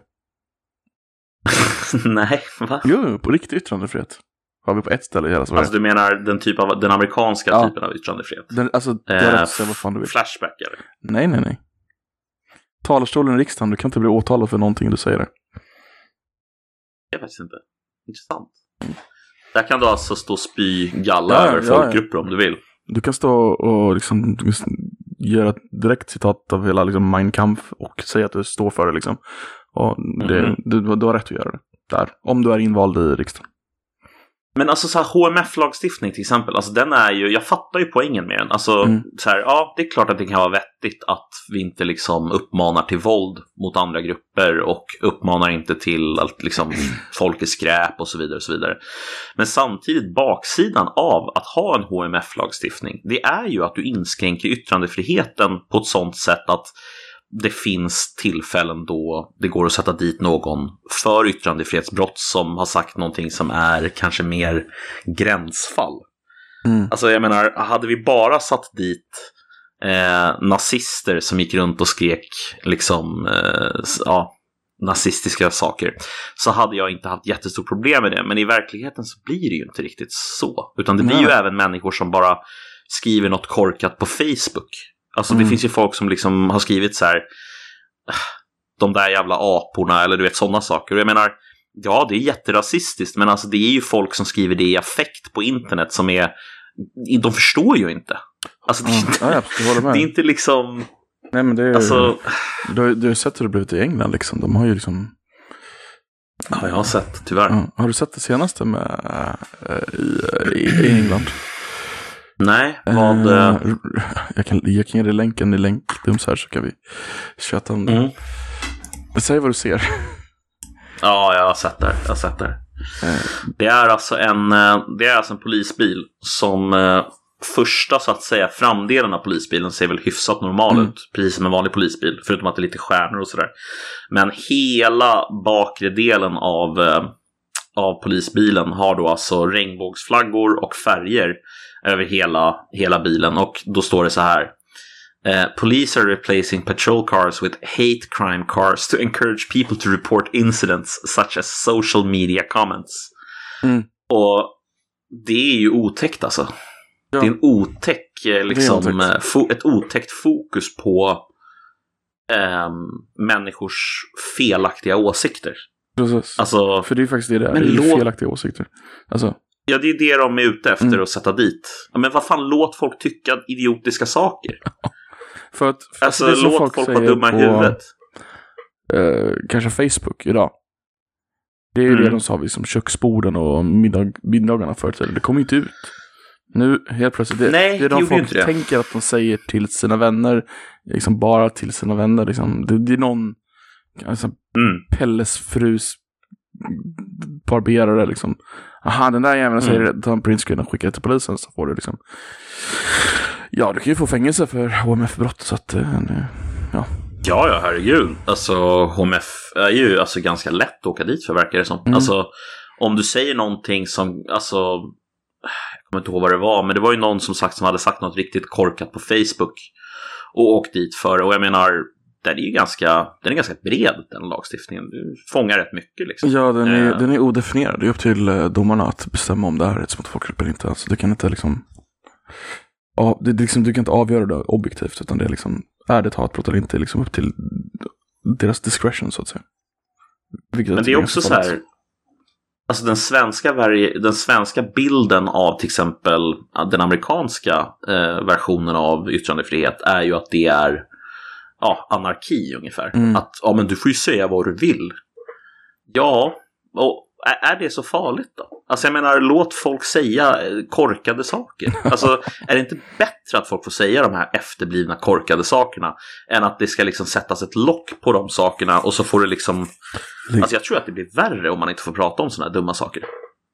Nej, va? Jo, på riktigt yttrandefrihet har vi på ett ställe i hela Sverige. Alltså du menar den amerikanska typen av yttrandefrihet? Du har rätt att säga vad fan du vill. Flashback eller? Nej. Talarstolen i riksdagen, du kan inte bli åtalad för någonting du säger där. Det är faktiskt inte. Intressant. Där kan du alltså stå och spy galla över folkgrupper om du vill. Du kan stå och liksom göra ett direkt citat av hela liksom Mein Kampf och säga att du står för det liksom. Och du har rätt att göra det där, om du är invald i riksdagen. Men alltså så här HMF-lagstiftning till exempel, alltså den är ju, jag fattar ju poängen med den. Alltså så här, ja, det är klart att det kan vara vettigt att vi inte liksom uppmanar till våld mot andra grupper och uppmanar inte till att liksom folk är skräp och så vidare och så vidare. Men samtidigt baksidan av att ha en HMF-lagstiftning, det är ju att du inskränker yttrandefriheten på ett sånt sätt att det finns tillfällen då det går att sätta dit någon för yttrandefrihetsbrott som har sagt någonting som är kanske mer gränsfall. Alltså jag menar, hade vi bara satt dit nazister som gick runt och skrek liksom nazistiska saker, så hade jag inte haft jättestort problem med det. Men i verkligheten så blir det ju inte riktigt så, utan det blir ju även människor som bara skriver något korkat på Facebook. Alltså det finns ju folk som liksom har skrivit så här, de där jävla aporna, eller du vet sådana saker. Och jag menar, ja, det är jätterasistiskt, men alltså det är ju folk som skriver det i affekt på internet som är, de förstår ju inte. Alltså det är inte, det är inte liksom. Nej, men det är alltså, du har sett hur det blivit i England liksom. De har ju liksom. Ja, jag har sett, tyvärr. Har du sett det senaste med i England? Nej, vad... Jag kan ge dig länken i länkdums här, så kan vi köta om det. Säg vad du ser. Ja, jag har sett det. Det är alltså en polisbil som första, så att säga, framdelen av polisbilen ser väl hyfsat normal ut, precis som en vanlig polisbil, förutom att det är lite stjärnor och sådär. Men hela bakre delen av polisbilen har då alltså regnbågsflaggor och färger över hela bilen, och då står det så här: Police are replacing patrol cars with hate crime cars to encourage people to report incidents such as social media comments. Och det är ju otäckt alltså. Ja. Det är en otäck liksom, ett otäckt fokus på människors felaktiga åsikter. Precis. Alltså, för det är faktiskt det är. Det är felaktiga åsikter. Alltså. Ja, det är det de är ute efter att sätta dit. Men vad fan, låt folk tycka idiotiska saker. För att alltså, det låt folk vara dumma i huvudet. Kanske Facebook idag. Det är ju det de sa, som köksborden och middagarna förut. Det kommer ju inte ut. Nu helt plötsligt, det är de folk tänker att de säger till sina vänner, liksom bara till sina vänner liksom. Det är någon alltså, Pelles frus barberare liksom. Aha, den där jäveln säger det, ta en printscreen och skicka det till polisen, så får du liksom, ja, du kan ju få fängelse för HMF-brott, så att ja. Ja, herregud. Alltså HMF är ju alltså ganska lätt att åka dit för, verkar det som. Alltså om du säger någonting som, alltså jag kommer inte ihåg vad det var, men det var ju någon som hade sagt något riktigt korkat på Facebook och åkt dit för, och jag menar, den är ganska bred, den lagstiftningen. Du fångar rätt mycket liksom. Ja, den är odefinierad. Det är upp till domarna att bestämma om det här är ett sånt folkgrupp eller inte. Alltså, du kan inte liksom, du kan inte avgöra det objektivt, utan det är liksom, är det ett hatbrott eller inte, liksom upp till deras discretion, så att säga. Men det är också så här, alltså den svenska bilden av till exempel den amerikanska versionen av yttrandefrihet är ju att det är anarki ungefär. Att men du får ju säga vad du vill. Ja, och är det så farligt då? Alltså jag menar, låt folk säga korkade saker. Alltså är det inte bättre att folk får säga de här efterblivna korkade sakerna än att det ska liksom sättas ett lock på de sakerna och så får det liksom... Alltså jag tror att det blir värre om man inte får prata om såna här dumma saker.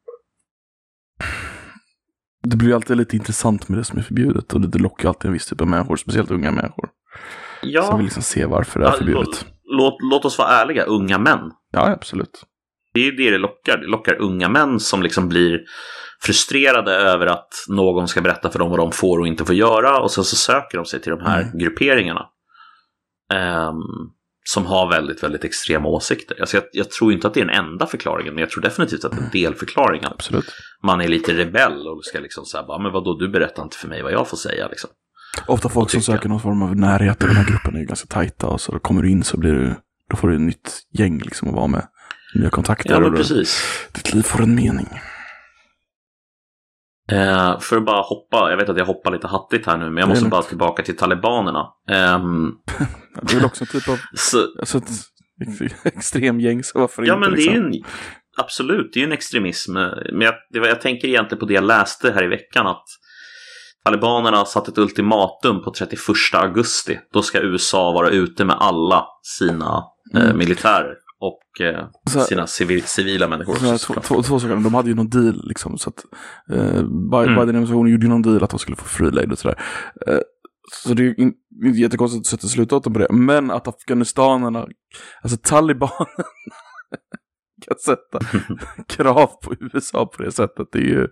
Det blir alltid lite intressant med det som är förbjudet och det lockar alltid en viss typ av människor, speciellt unga människor. Ja. Så jag vill liksom se varför det är förbjudet. Låt oss vara ärliga, unga män. Ja, absolut. Det är ju det lockar. Det lockar unga män som liksom blir frustrerade över att någon ska berätta för dem vad de får och inte får göra. Och sen så söker de sig till de här grupperingarna. Som har väldigt, väldigt extrema åsikter. Alltså jag tror inte att det är den enda förklaringen, men jag tror definitivt att det är en del förklaringen. Absolut. Man är lite rebell och ska liksom säga, men vadå, du berättar inte för mig vad jag får säga liksom. Ofta folk som söker någon form av närhet i den här gruppen är ju ganska tajta och så då kommer du in så då får du ett nytt gäng liksom att vara med. Nya kontakter. Ja, men precis. Ditt liv får en mening. För att bara hoppa, jag vet att jag hoppar lite hattigt här nu, men jag måste bara tillbaka till talibanerna. Det är väl också en typ av alltså ett extrem gäng, så varför inte? Ja, men liksom? Det är ju absolut, det är ju en extremism. Men jag tänker egentligen på det jag läste här i veckan, att talibanerna har satt ett ultimatum på 31 augusti. Då ska USA vara ute med alla sina militärer och sina civila människor. Två saker, de hade ju någon deal liksom, så att Biden-administrationen gjorde ju någon deal att de skulle få free lejd och sådär. Så det är inte jättekonstigt att sätta slutdatum på det. Men att afghanistanerna, alltså talibanerna kan sätta krav på USA på det sättet, det är ju...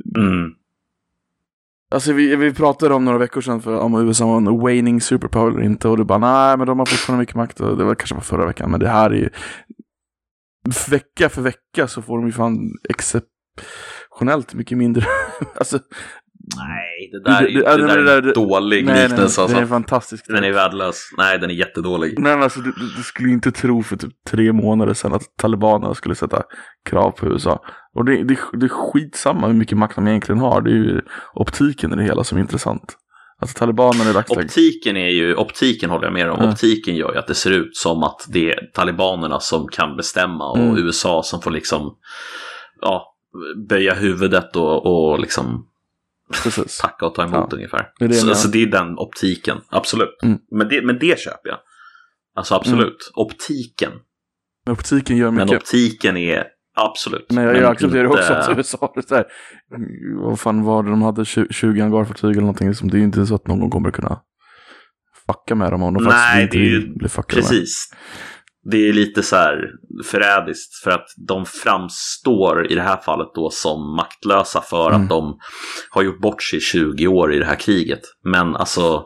Alltså vi pratade om några veckor sedan om USA var en waning superpower eller inte, och du bara, nej men de har fortfarande mycket makt, och det var kanske förra veckan, men det här är ju vecka för vecka så får de ju fan exceptionellt mycket mindre. Alltså nej, det där är dålig liknelse. Alltså. Den är fantastisk. Den är värdelös. Nej, den är jättedålig. Men alltså, du skulle ju inte tro för typ 3 månader sedan att talibanerna skulle sätta krav på USA. Och det är skitsamma hur mycket makt de egentligen har. Det är ju optiken i det hela som är intressant. Alltså talibanerna i dagsläget. Optiken håller jag med om. Optiken gör ju att det ser ut som att det är talibanerna som kan bestämma och USA som får liksom böja huvudet och liksom precis. Tacka och ta emot ungefär. Så det är den optiken, absolut. Men det köper jag. Alltså absolut, optiken gör mycket. Men optiken är absolut. Men jag accepterar också att USA så här, vad fan var det de hade 20 hangarfartyg eller någonting liksom. Det är ju inte så att någon kommer kunna fucka med dem om de faktiskt inte vill bli fuckade precis. Med. Det är lite så här förrädiskt för att de framstår i det här fallet då som maktlösa för att de har gjort bort sig 20 år i det här kriget. Men alltså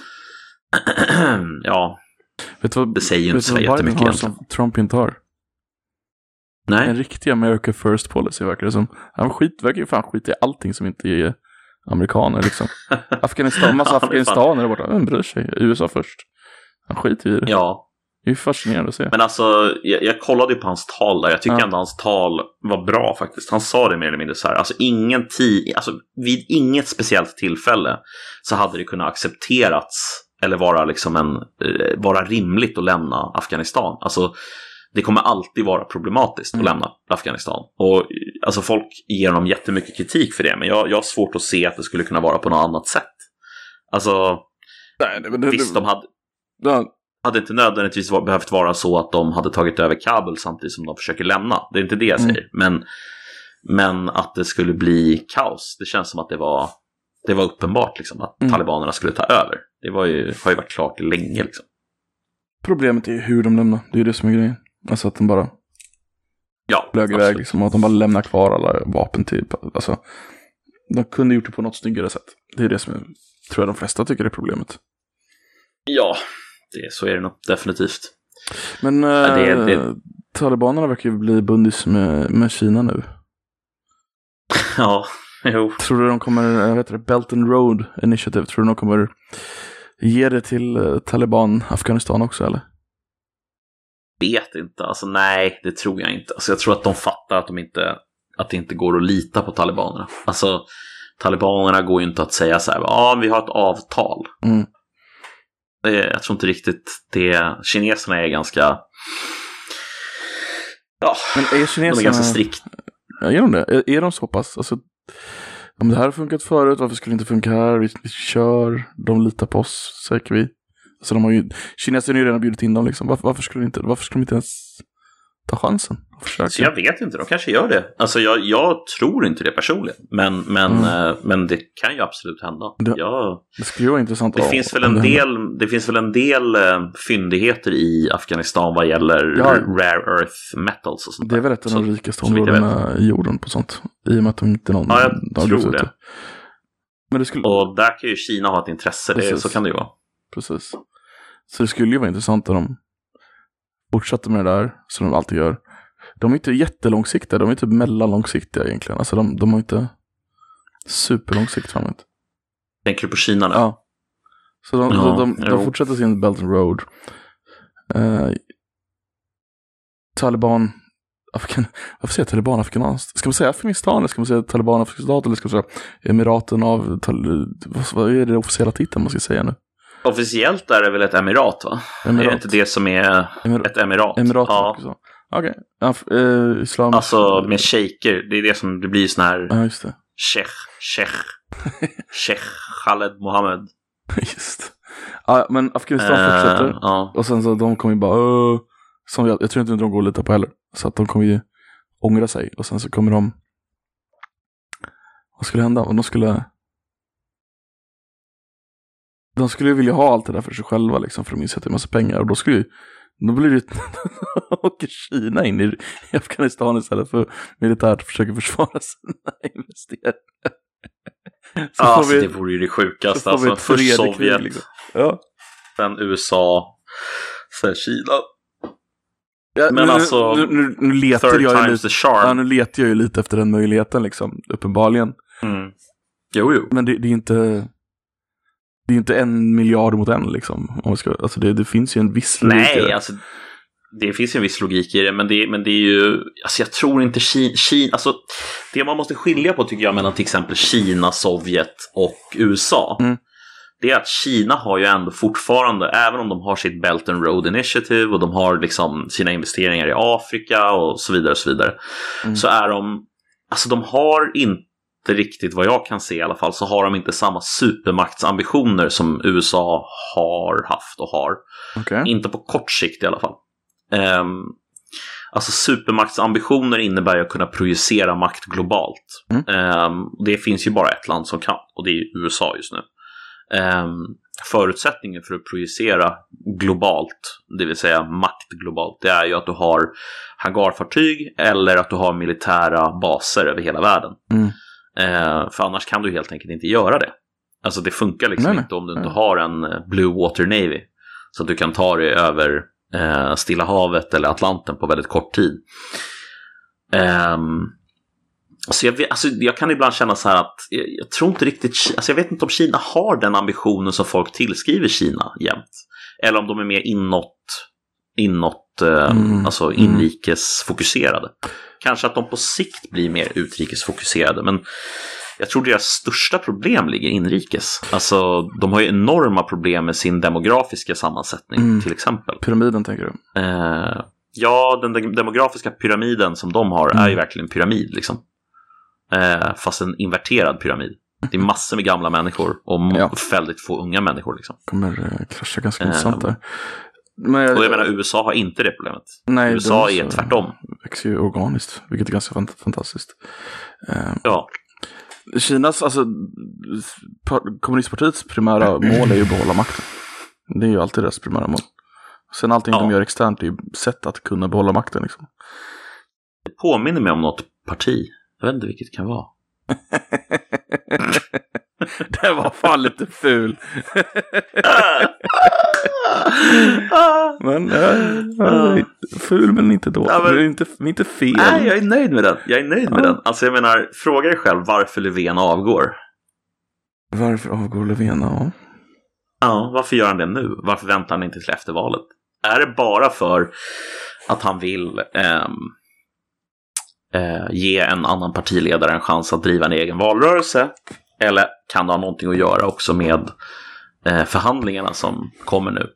det säger ju inte så jättemycket egentligen. Som Trump inte har. Nej. En riktig America First policy verkar det som. Han verkar ju fan skit i allting som inte är amerikaner liksom. Afghanistan är borta. Vem bryr sig? USA först. Han skiter i det. Ja. Det är ju fascinerande att se. Men alltså, jag kollade ju på hans tal där. Jag tycker ändå hans tal var bra faktiskt. Han sa det mer eller mindre så här. Alltså vid inget speciellt tillfälle så hade det kunnat accepterats eller vara liksom vara rimligt att lämna Afghanistan. Alltså det kommer alltid vara problematiskt att lämna Afghanistan. Och alltså folk ger dem jättemycket kritik för det. Men jag har svårt att se att det skulle kunna vara på något annat sätt. Alltså visst, de hade inte nödvändigtvis behövt vara så att de hade tagit över Kabul samtidigt som de försöker lämna. Det är inte det jag säger. Men att det skulle bli kaos. Det känns som att det var uppenbart liksom, att talibanerna skulle ta över. Det har ju varit klart länge liksom. Problemet är hur de lämnar. Det är ju det som är grejen. Alltså att de bara flög iväg liksom, och att de bara lämnar kvar alla vapen typ. Alltså, de kunde gjort det på något snyggare sätt. Det är det som tror jag de flesta tycker är problemet. Ja, så är det nog definitivt. Men talibanerna verkar ju bli bundis med Kina nu. Ja, jo. Tror du de kommer, Belt and Road Initiative, tror du de kommer ge det till Taliban Afghanistan också, eller? Vet inte, alltså nej, det tror jag inte. Alltså jag tror att de fattar att de inte att det inte går att lita på talibanerna. Alltså, talibanerna går ju inte att säga så här, vi har ett avtal. Jag tror inte riktigt det. Kineserna är ganska... Ja, men är kineserna... de är ganska strikt. Ja, är de det? Är de så pass? Alltså, om det här har funkat förut, varför skulle det inte funka här? Vi kör, de litar på oss, säger vi. Alltså de har ju... Kineserna har ju redan bjudit in dem liksom. Varför skulle de inte ens ta chansen? Så jag vet inte, de kanske gör det. Alltså jag tror inte det personligen. Men det kan ju absolut hända. Det skulle ju vara intressant. Det finns väl en del fyndigheter i Afghanistan vad gäller rare earth metals och sånt. Det är väl ett av de rikaste områdena i jorden på sånt. I och med att de inte någon... Ja, jag tror det. Men det skulle... Och där kan ju Kina ha ett intresse. Så kan det ju vara. Precis. Så det skulle ju vara intressant om de fortsätter med det där som de alltid gör. De är inte jättelångsiktiga, de är typ mellanlångsiktiga egentligen. Alltså de har inte superlångsikt framåt. Tänker du på Kina nu? Ja. Så de fortsätter sin Belt and Road. Taliban varför säger Taliban afghaniskt? Ska man säga Afghanistan eller ska man säga Taliban afghanistan eller ska man säga Emiraten av vad är det officiella titeln man ska säga nu? Officiellt är det väl ett emirat, va? Emirat. Är det inte det som är ett emirat? Emirat också. Okej. Islam. Alltså med shejker, det är det som det blir sån här. Ja, just det. Sheikh Khaled Mohammed. Just. Ja, men Afghanistan fortsätter. Och sen så de kommer ju bara som jag tror inte de går lite på heller. Så att de kommer ju ångra sig och sen så kommer de. Vad skulle hända? De skulle ju vilja ha allt det där för sig själva liksom, för att insätta en massa pengar. Och då blir det åker Kina in i Afghanistan istället för militärt och försöker försvara sina investeringar. Det vore ju det sjukaste. Alltså, först Sovjet, liksom. Sen USA, sen Kina. Ja, men nu letar jag ju lite efter den möjligheten liksom, uppenbarligen. Jo. Men det är inte... Det är inte 1 miljard mot 1 liksom. Alltså det finns ju en viss logik. Nej, alltså det finns ju en viss logik i det, men det är ju, alltså jag tror inte Kina, alltså det man måste skilja på tycker jag mellan till exempel Kina, Sovjet och USA. Det är att Kina har ju ändå fortfarande, även om de har sitt Belt and Road Initiative och de har liksom sina investeringar i Afrika och så vidare, så är de har inte riktigt vad jag kan se i alla fall, så har de inte samma supermaktsambitioner som USA har haft och har. Inte på kort sikt i alla fall. Alltså supermaktsambitioner innebär ju att kunna projicera makt globalt. Det finns ju bara ett land som kan, och det är USA just nu. Förutsättningen för att projicera globalt, det vill säga makt globalt, det är ju att du har hangarfartyg eller att du har militära baser över hela världen. För annars kan du helt enkelt inte göra det. Alltså det funkar liksom inte om du inte har en Blue Water Navy, så att du kan ta dig över Stilla havet eller Atlanten på väldigt kort tid. Så jag kan ibland känna så här att jag tror inte riktigt, alltså jag vet inte om Kina har den ambitionen som folk tillskriver Kina jämt, eller om de är mer alltså inrikesfokuserade. Kanske att de på sikt blir mer utrikesfokuserade, men jag tror deras största problem ligger inrikes. Alltså de har ju enorma problem med sin demografiska sammansättning till exempel. Pyramiden tänker du? Ja, den demografiska pyramiden som de har är ju verkligen en pyramid liksom. Fast en inverterad pyramid. Det är massor med gamla människor och väldigt få unga människor liksom. Kommer krascha ganska intressant där. Och jag menar, USA har inte det problemet. Nej, USA är tvärtom. Växer ju organiskt, vilket är ganska fantastiskt. Kinas, alltså kommunistpartiets primära mål är ju att behålla makten. Det är ju alltid deras primära mål. Sen allting de gör externt är ju sätt att kunna behålla makten liksom. Det påminner mig om något parti. Jag vet inte vilket det kan vara. Det var fan lite ful. Men ful men inte då. Ja, men, inte fel. Nej, jag är nöjd med den. Alltså jag menar, fråga dig själv varför Löfven avgår. Varför avgår Löfven? Ja, varför gör han det nu? Varför väntar han inte till efter valet? Är det bara för att han vill ge en annan partiledare en chans att driva en egen valrörelse? Eller kan det ha någonting att göra också med förhandlingarna som kommer nu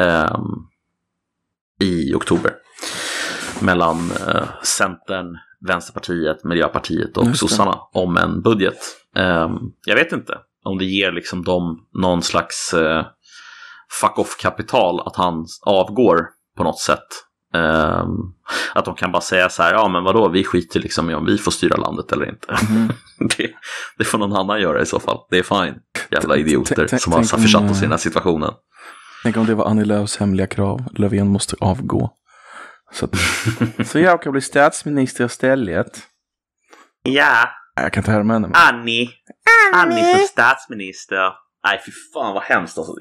i oktober mellan Centern, Vänsterpartiet, Miljöpartiet och sossarna om en budget? Jag vet inte om det ger liksom dem någon slags fuck-off-kapital att han avgår på något sätt. Att de kan bara säga så här, ja men vadå, vi skiter liksom i om vi får styra landet eller inte. Det får någon annan göra i så fall. Det är fine. Jävla idioter som har försatt oss i den här situationen. Tänk om det var Annie Lööfs hemliga krav. Löfven måste avgå. Så jag kan bli statsminister istället. Ja. Jag kan inte härma henne. Annie som statsminister. Nej, fy fan vad hemskt alltså.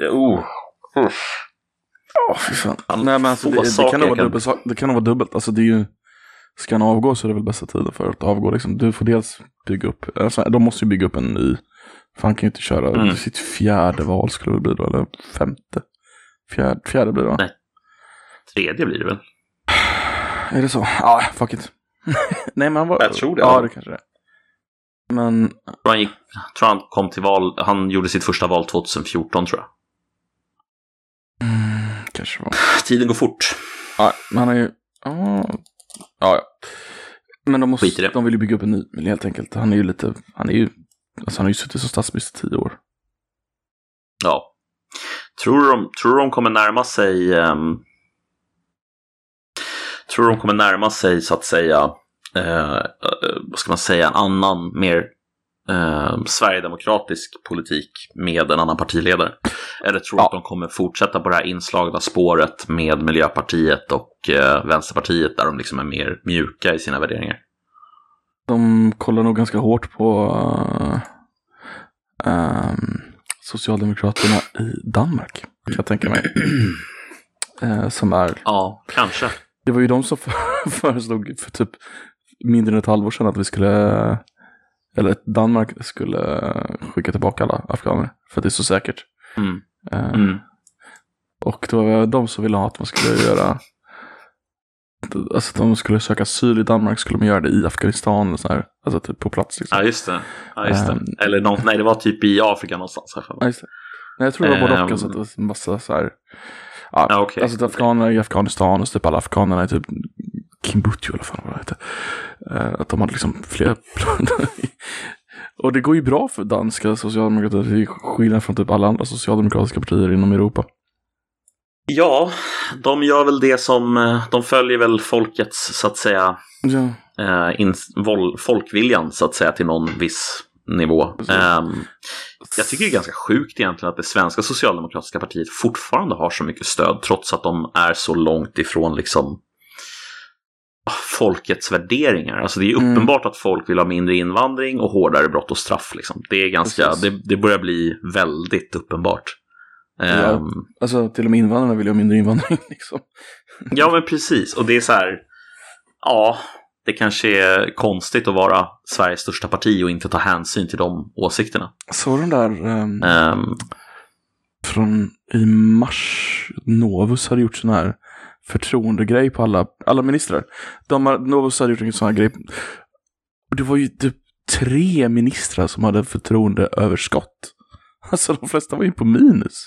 Fy fan. Nej, men alltså, det kan nog vara dubbelt. Alltså det är ju, ska han avgå så är det väl bästa tiden för att avgå liksom. Du får dels bygga upp, alltså, de måste ju bygga upp en ny. För han kan ju inte köra sitt fjärde val skulle det bli då, eller femte. Fjärde blir det va? Nej, tredje blir det väl. Är det så? Ja, fuck it. Nej, men han var... Jag tror det. Ja, det kanske det är. Men... Jag tror han kom till val, han gjorde sitt första val 2014 tror jag. Kanske var. Tiden går fort. Ja, men han är ju... Ja. Men de vill ju bygga upp en ny, men helt enkelt. Han har ju suttit som statsminister 10 år. Ja. Tror de kommer närma sig så att säga vad ska man säga, en annan mer sverigedemokratisk politik med en annan partiledare? Eller tror att de kommer fortsätta på det här inslagna spåret med Miljöpartiet och Vänsterpartiet där de liksom är mer mjuka i sina värderingar? De kollar nog ganska hårt på Socialdemokraterna i Danmark, kan jag tänka mig. Som är... Ja, kanske. Det var ju de som föreslog för typ mindre än ett halvår sedan att vi skulle, eller att Danmark skulle skicka tillbaka alla afghaner för att det är så säkert. Och då var de som ville ha att man skulle göra, alltså att de skulle söka asyl i Danmark skulle man göra det i Afghanistan och så här, alltså typ på plats liksom. Ja, just det. Eller nej, det var typ i Afrika någonstans. Ja, just det. Nej, jag tror det var både och, alltså att det var en massa så här. Ja, okay. Alltså afghaner i Afghanistan och så typ alla afghanerna i typ Kimbutju eller vad det heter. Att de hade liksom flera planer. Och det går ju bra för danska socialdemokrater till skillnad från typ alla andra socialdemokratiska partier inom Europa. Ja, de gör väl det som, de följer väl folkets så att säga, folkviljan så att säga till någon viss nivå. Jag tycker det är ganska sjukt egentligen att det svenska socialdemokratiska partiet fortfarande har så mycket stöd trots att de är så långt ifrån liksom folkets värderingar. Alltså det är uppenbart att folk vill ha mindre invandring och hårdare brott och straff liksom. Det är ganska, det börjar bli väldigt uppenbart. Ja, alltså till och med invandrarna vill ha mindre invandring liksom. Ja, men precis. Och det är så här, ja, det kanske är konstigt att vara Sveriges största parti och inte ta hänsyn till de åsikterna. Så den där från i mars, Novus hade gjort sån här förtroendegrej på alla ministrar. Novus hade gjort en sån här grej. Det var ju typ 3 ministrar som hade förtroendeöverskott. Alltså de flesta var ju på minus.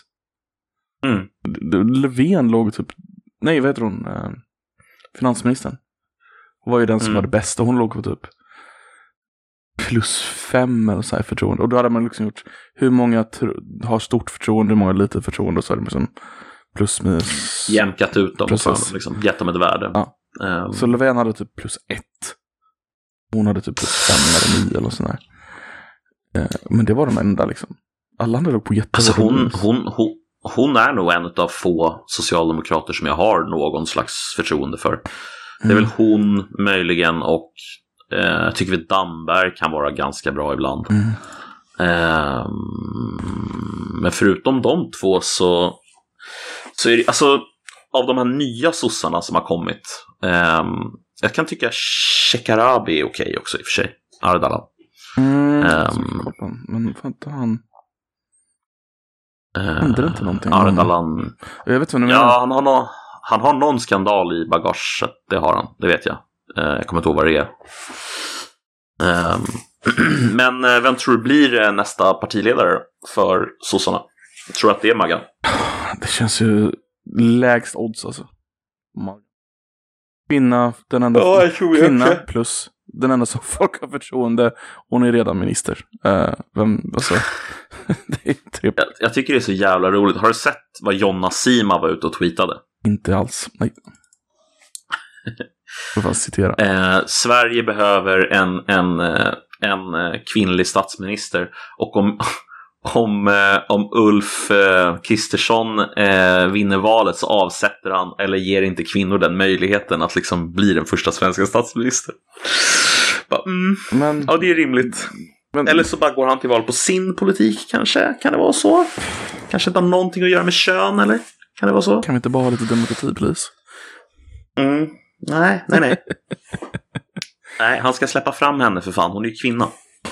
Löfven låg typ, nej vad heter hon, finansministern. Hon var ju den som var det bästa. Hon låg på typ +5 eller så här förtroende. Och då hade man liksom gjort hur många har stort förtroende, hur många lite förtroende. Och så hade man liksom plus minus jämkat ut dem och liksom gett dem ett värde. Ja. Så Löfven hade typ +1. Hon hade typ +5 eller 9 eller sådär. Men det var de enda liksom. Alla andra låg på jättebra. Alltså hon är nog en av få socialdemokrater som jag har någon slags förtroende för. Det är väl hon möjligen och jag tycker att Damberg kan vara ganska bra ibland. Men förutom de två så är det, alltså av de här nya sossarna som har kommit, jag kan tycka Shekarabi är okej också i och för sig. Ardalan. Men fan inte han. Händer inte någonting? Ardalan. Jag vet inte vad du menar. Ja, han har någon skandal i bagaget, det har han, det vet jag. Jag kommer inte ihåg vad det är. Men vem tror du blir nästa partiledare för sossarna? Jag tror att det är Maggan. Det känns ju lägst odds alltså. Kvinna, den enda kvinna plus den enda som folk har förtroende. Hon är redan minister. Alltså, det är typ... jag tycker det är så jävla roligt. Har du sett vad Jonna Sima var ute och tweetade? Inte alls, nej. Jag får citera. Sverige behöver en kvinnlig statsminister. Och om Ulf Kristersson vinner valet så avsätter han eller ger inte kvinnor den möjligheten att liksom bli den första svenska statsministern. Men, ja, det är rimligt. Eller så bara går han till val på sin politik kanske. Kan det vara så? Kanske inte har någonting att göra med kön, eller? Kan det vara så? Kan vi inte bara ha lite demokrati, please? Nej. Nej, han ska släppa fram henne för fan. Hon är ju kvinna.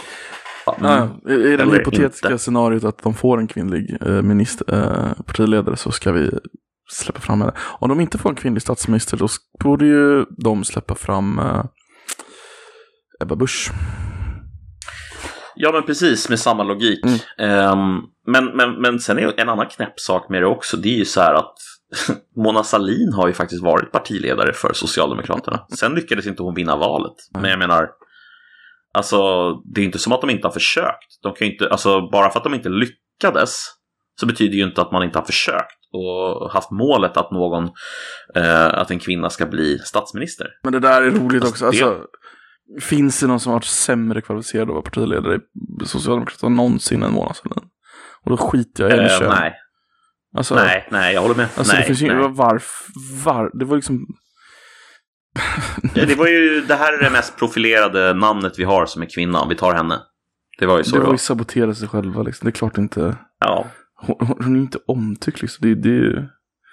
I det hypotetiska scenariot att de får en kvinnlig partiledare så ska vi släppa fram henne. Om de inte får en kvinnlig statsminister då borde ju de släppa fram Ebba Busch. Ja, men precis, med samma logik. Men sen är en annan knäpp sak med det också. Det är ju så här att Mona Sahlin har ju faktiskt varit partiledare för Socialdemokraterna. Sen lyckades inte hon vinna valet. Men jag menar, alltså, det är inte som att de inte har försökt. De kan ju inte, alltså, bara för att de inte lyckades så betyder ju inte att man inte har försökt och haft målet att att en kvinna ska bli statsminister. Men det där är roligt också. Alltså, finns det någon som har varit sämre kvalificerad att vara partiledare i Socialdemokraterna någonsin än Mona Sahlin? Och då skiter jag i det. Nej. Alltså, nej, jag håller med. Alltså, nej, det finns ju det var liksom... det var ju, det här är det mest profilerade namnet vi har som är kvinna. Vi tar henne. Det var ju så. Det var ju sabotera sig själva liksom. Det är klart inte... Ja. Hon är inte omtyckt liksom. Det är ju...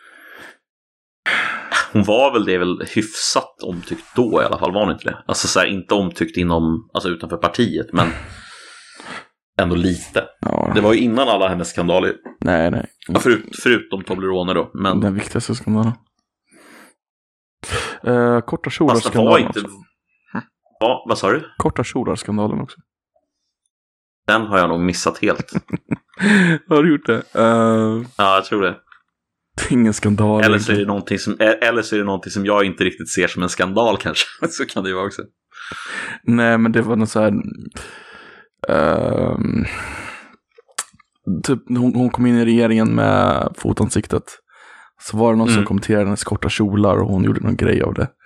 Hon var väl hyfsat omtyckt då i alla fall, var hon inte det? Alltså så här, inte omtyckt alltså utanför partiet, men ändå lite. Ja. Det var ju innan alla hennes skandaler. Nej. Ja, förutom Toblerone då. Men... Den viktigaste skandalen. Korta kjolar-skandalen inte... också. Ja, vad sa du? Korta kjolar-skandalen också. Den har jag nog missat helt. Har du gjort det? Ja, jag tror det. Ingen skandal. Eller så är det någonting som jag inte riktigt ser som en skandal kanske. Så kan det ju vara också. Nej, men det var något så här... typ, hon kom in i regeringen med fotansiktet. Så var det någon som kommenterade hennes korta kjolar och hon gjorde någon grej av det.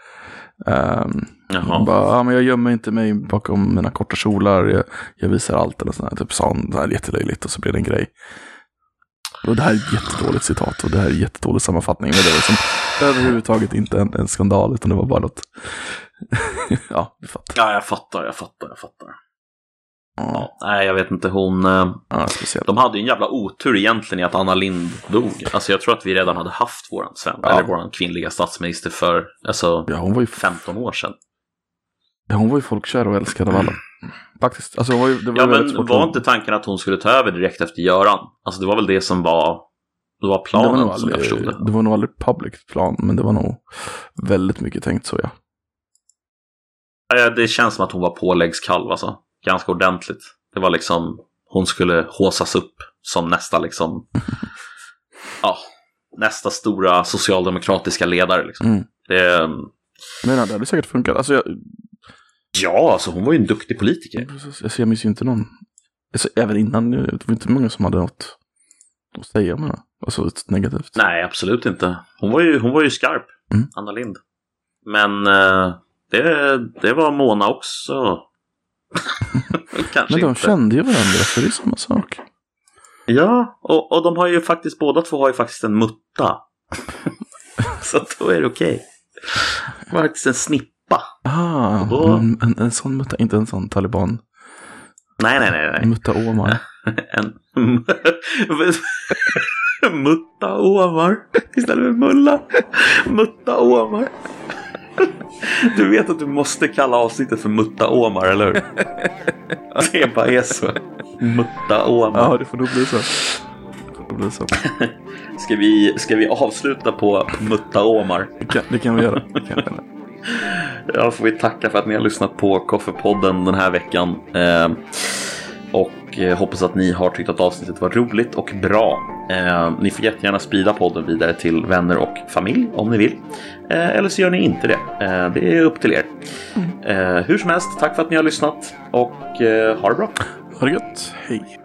Men jag gömmer inte mig bakom mina korta kjolar. Jag visar allt eller sådär. Typ sa hon, det här är jättelöjligt och så blev det en grej. Och det här är ett jättedåligt citat och det här är en jättedålig sammanfattning. Men det var liksom överhuvudtaget inte en skandal utan det var bara något... Ja, du fattar. Ja, jag fattar. Ja, nej, jag vet inte, de hade ju en jävla otur egentligen i att Anna Lindh dog. Alltså jag tror att vi redan hade haft våran kvinnliga statsminister för hon var ju 15 år sedan. Ja, hon var ju folkkär och älskad av alla. Faktiskt. Alltså, men var inte tanken att hon skulle ta över direkt efter Göran? Alltså det var väl det som var planen som jag förstod det. Det var nog aldrig public plan, men det var nog väldigt mycket tänkt så, ja. Ja, det känns som att hon var påläggskalv alltså. Ganska ordentligt. Det var liksom, hon skulle håsas upp som nästa liksom nästa stora socialdemokratiska ledare liksom. Men det hade säkert funkat. Alltså alltså hon var ju en duktig politiker. Jag minns ju inte någon. Alltså, även innan nu, det var inte många som hade något att säga om henne. Alltså negativt. Nej, absolut inte. Hon var ju skarp, Anna Lindh. Men det var Mona också. Men de kände ju varandra, för det är samma sak. Ja, och de har ju faktiskt, båda två har ju faktiskt en mutta. Så då är det okej. Det var faktiskt en snippa. En sån mutta, inte en sån taliban. Nej. Mutta Omar. En Mutta Omar istället för Mulla. Mutta Omar. Du vet att du måste kalla avsnittet för Mutta Omar, eller hur? Det bara är så. Mutta Omar. Ja, det får nog bli så. Ska vi avsluta på Mutta Omar? Det kan vi göra. Jag får vi tacka för att ni har lyssnat på Koffepodden den här veckan. Och hoppas att ni har tyckt att avsnittet var roligt och bra. Ni får jättegärna sprida podden vidare till vänner och familj om ni vill. Eller så gör ni inte det. Det är upp till er. Hur som helst, tack för att ni har lyssnat. Och ha det bra. Ha det gött. Hej.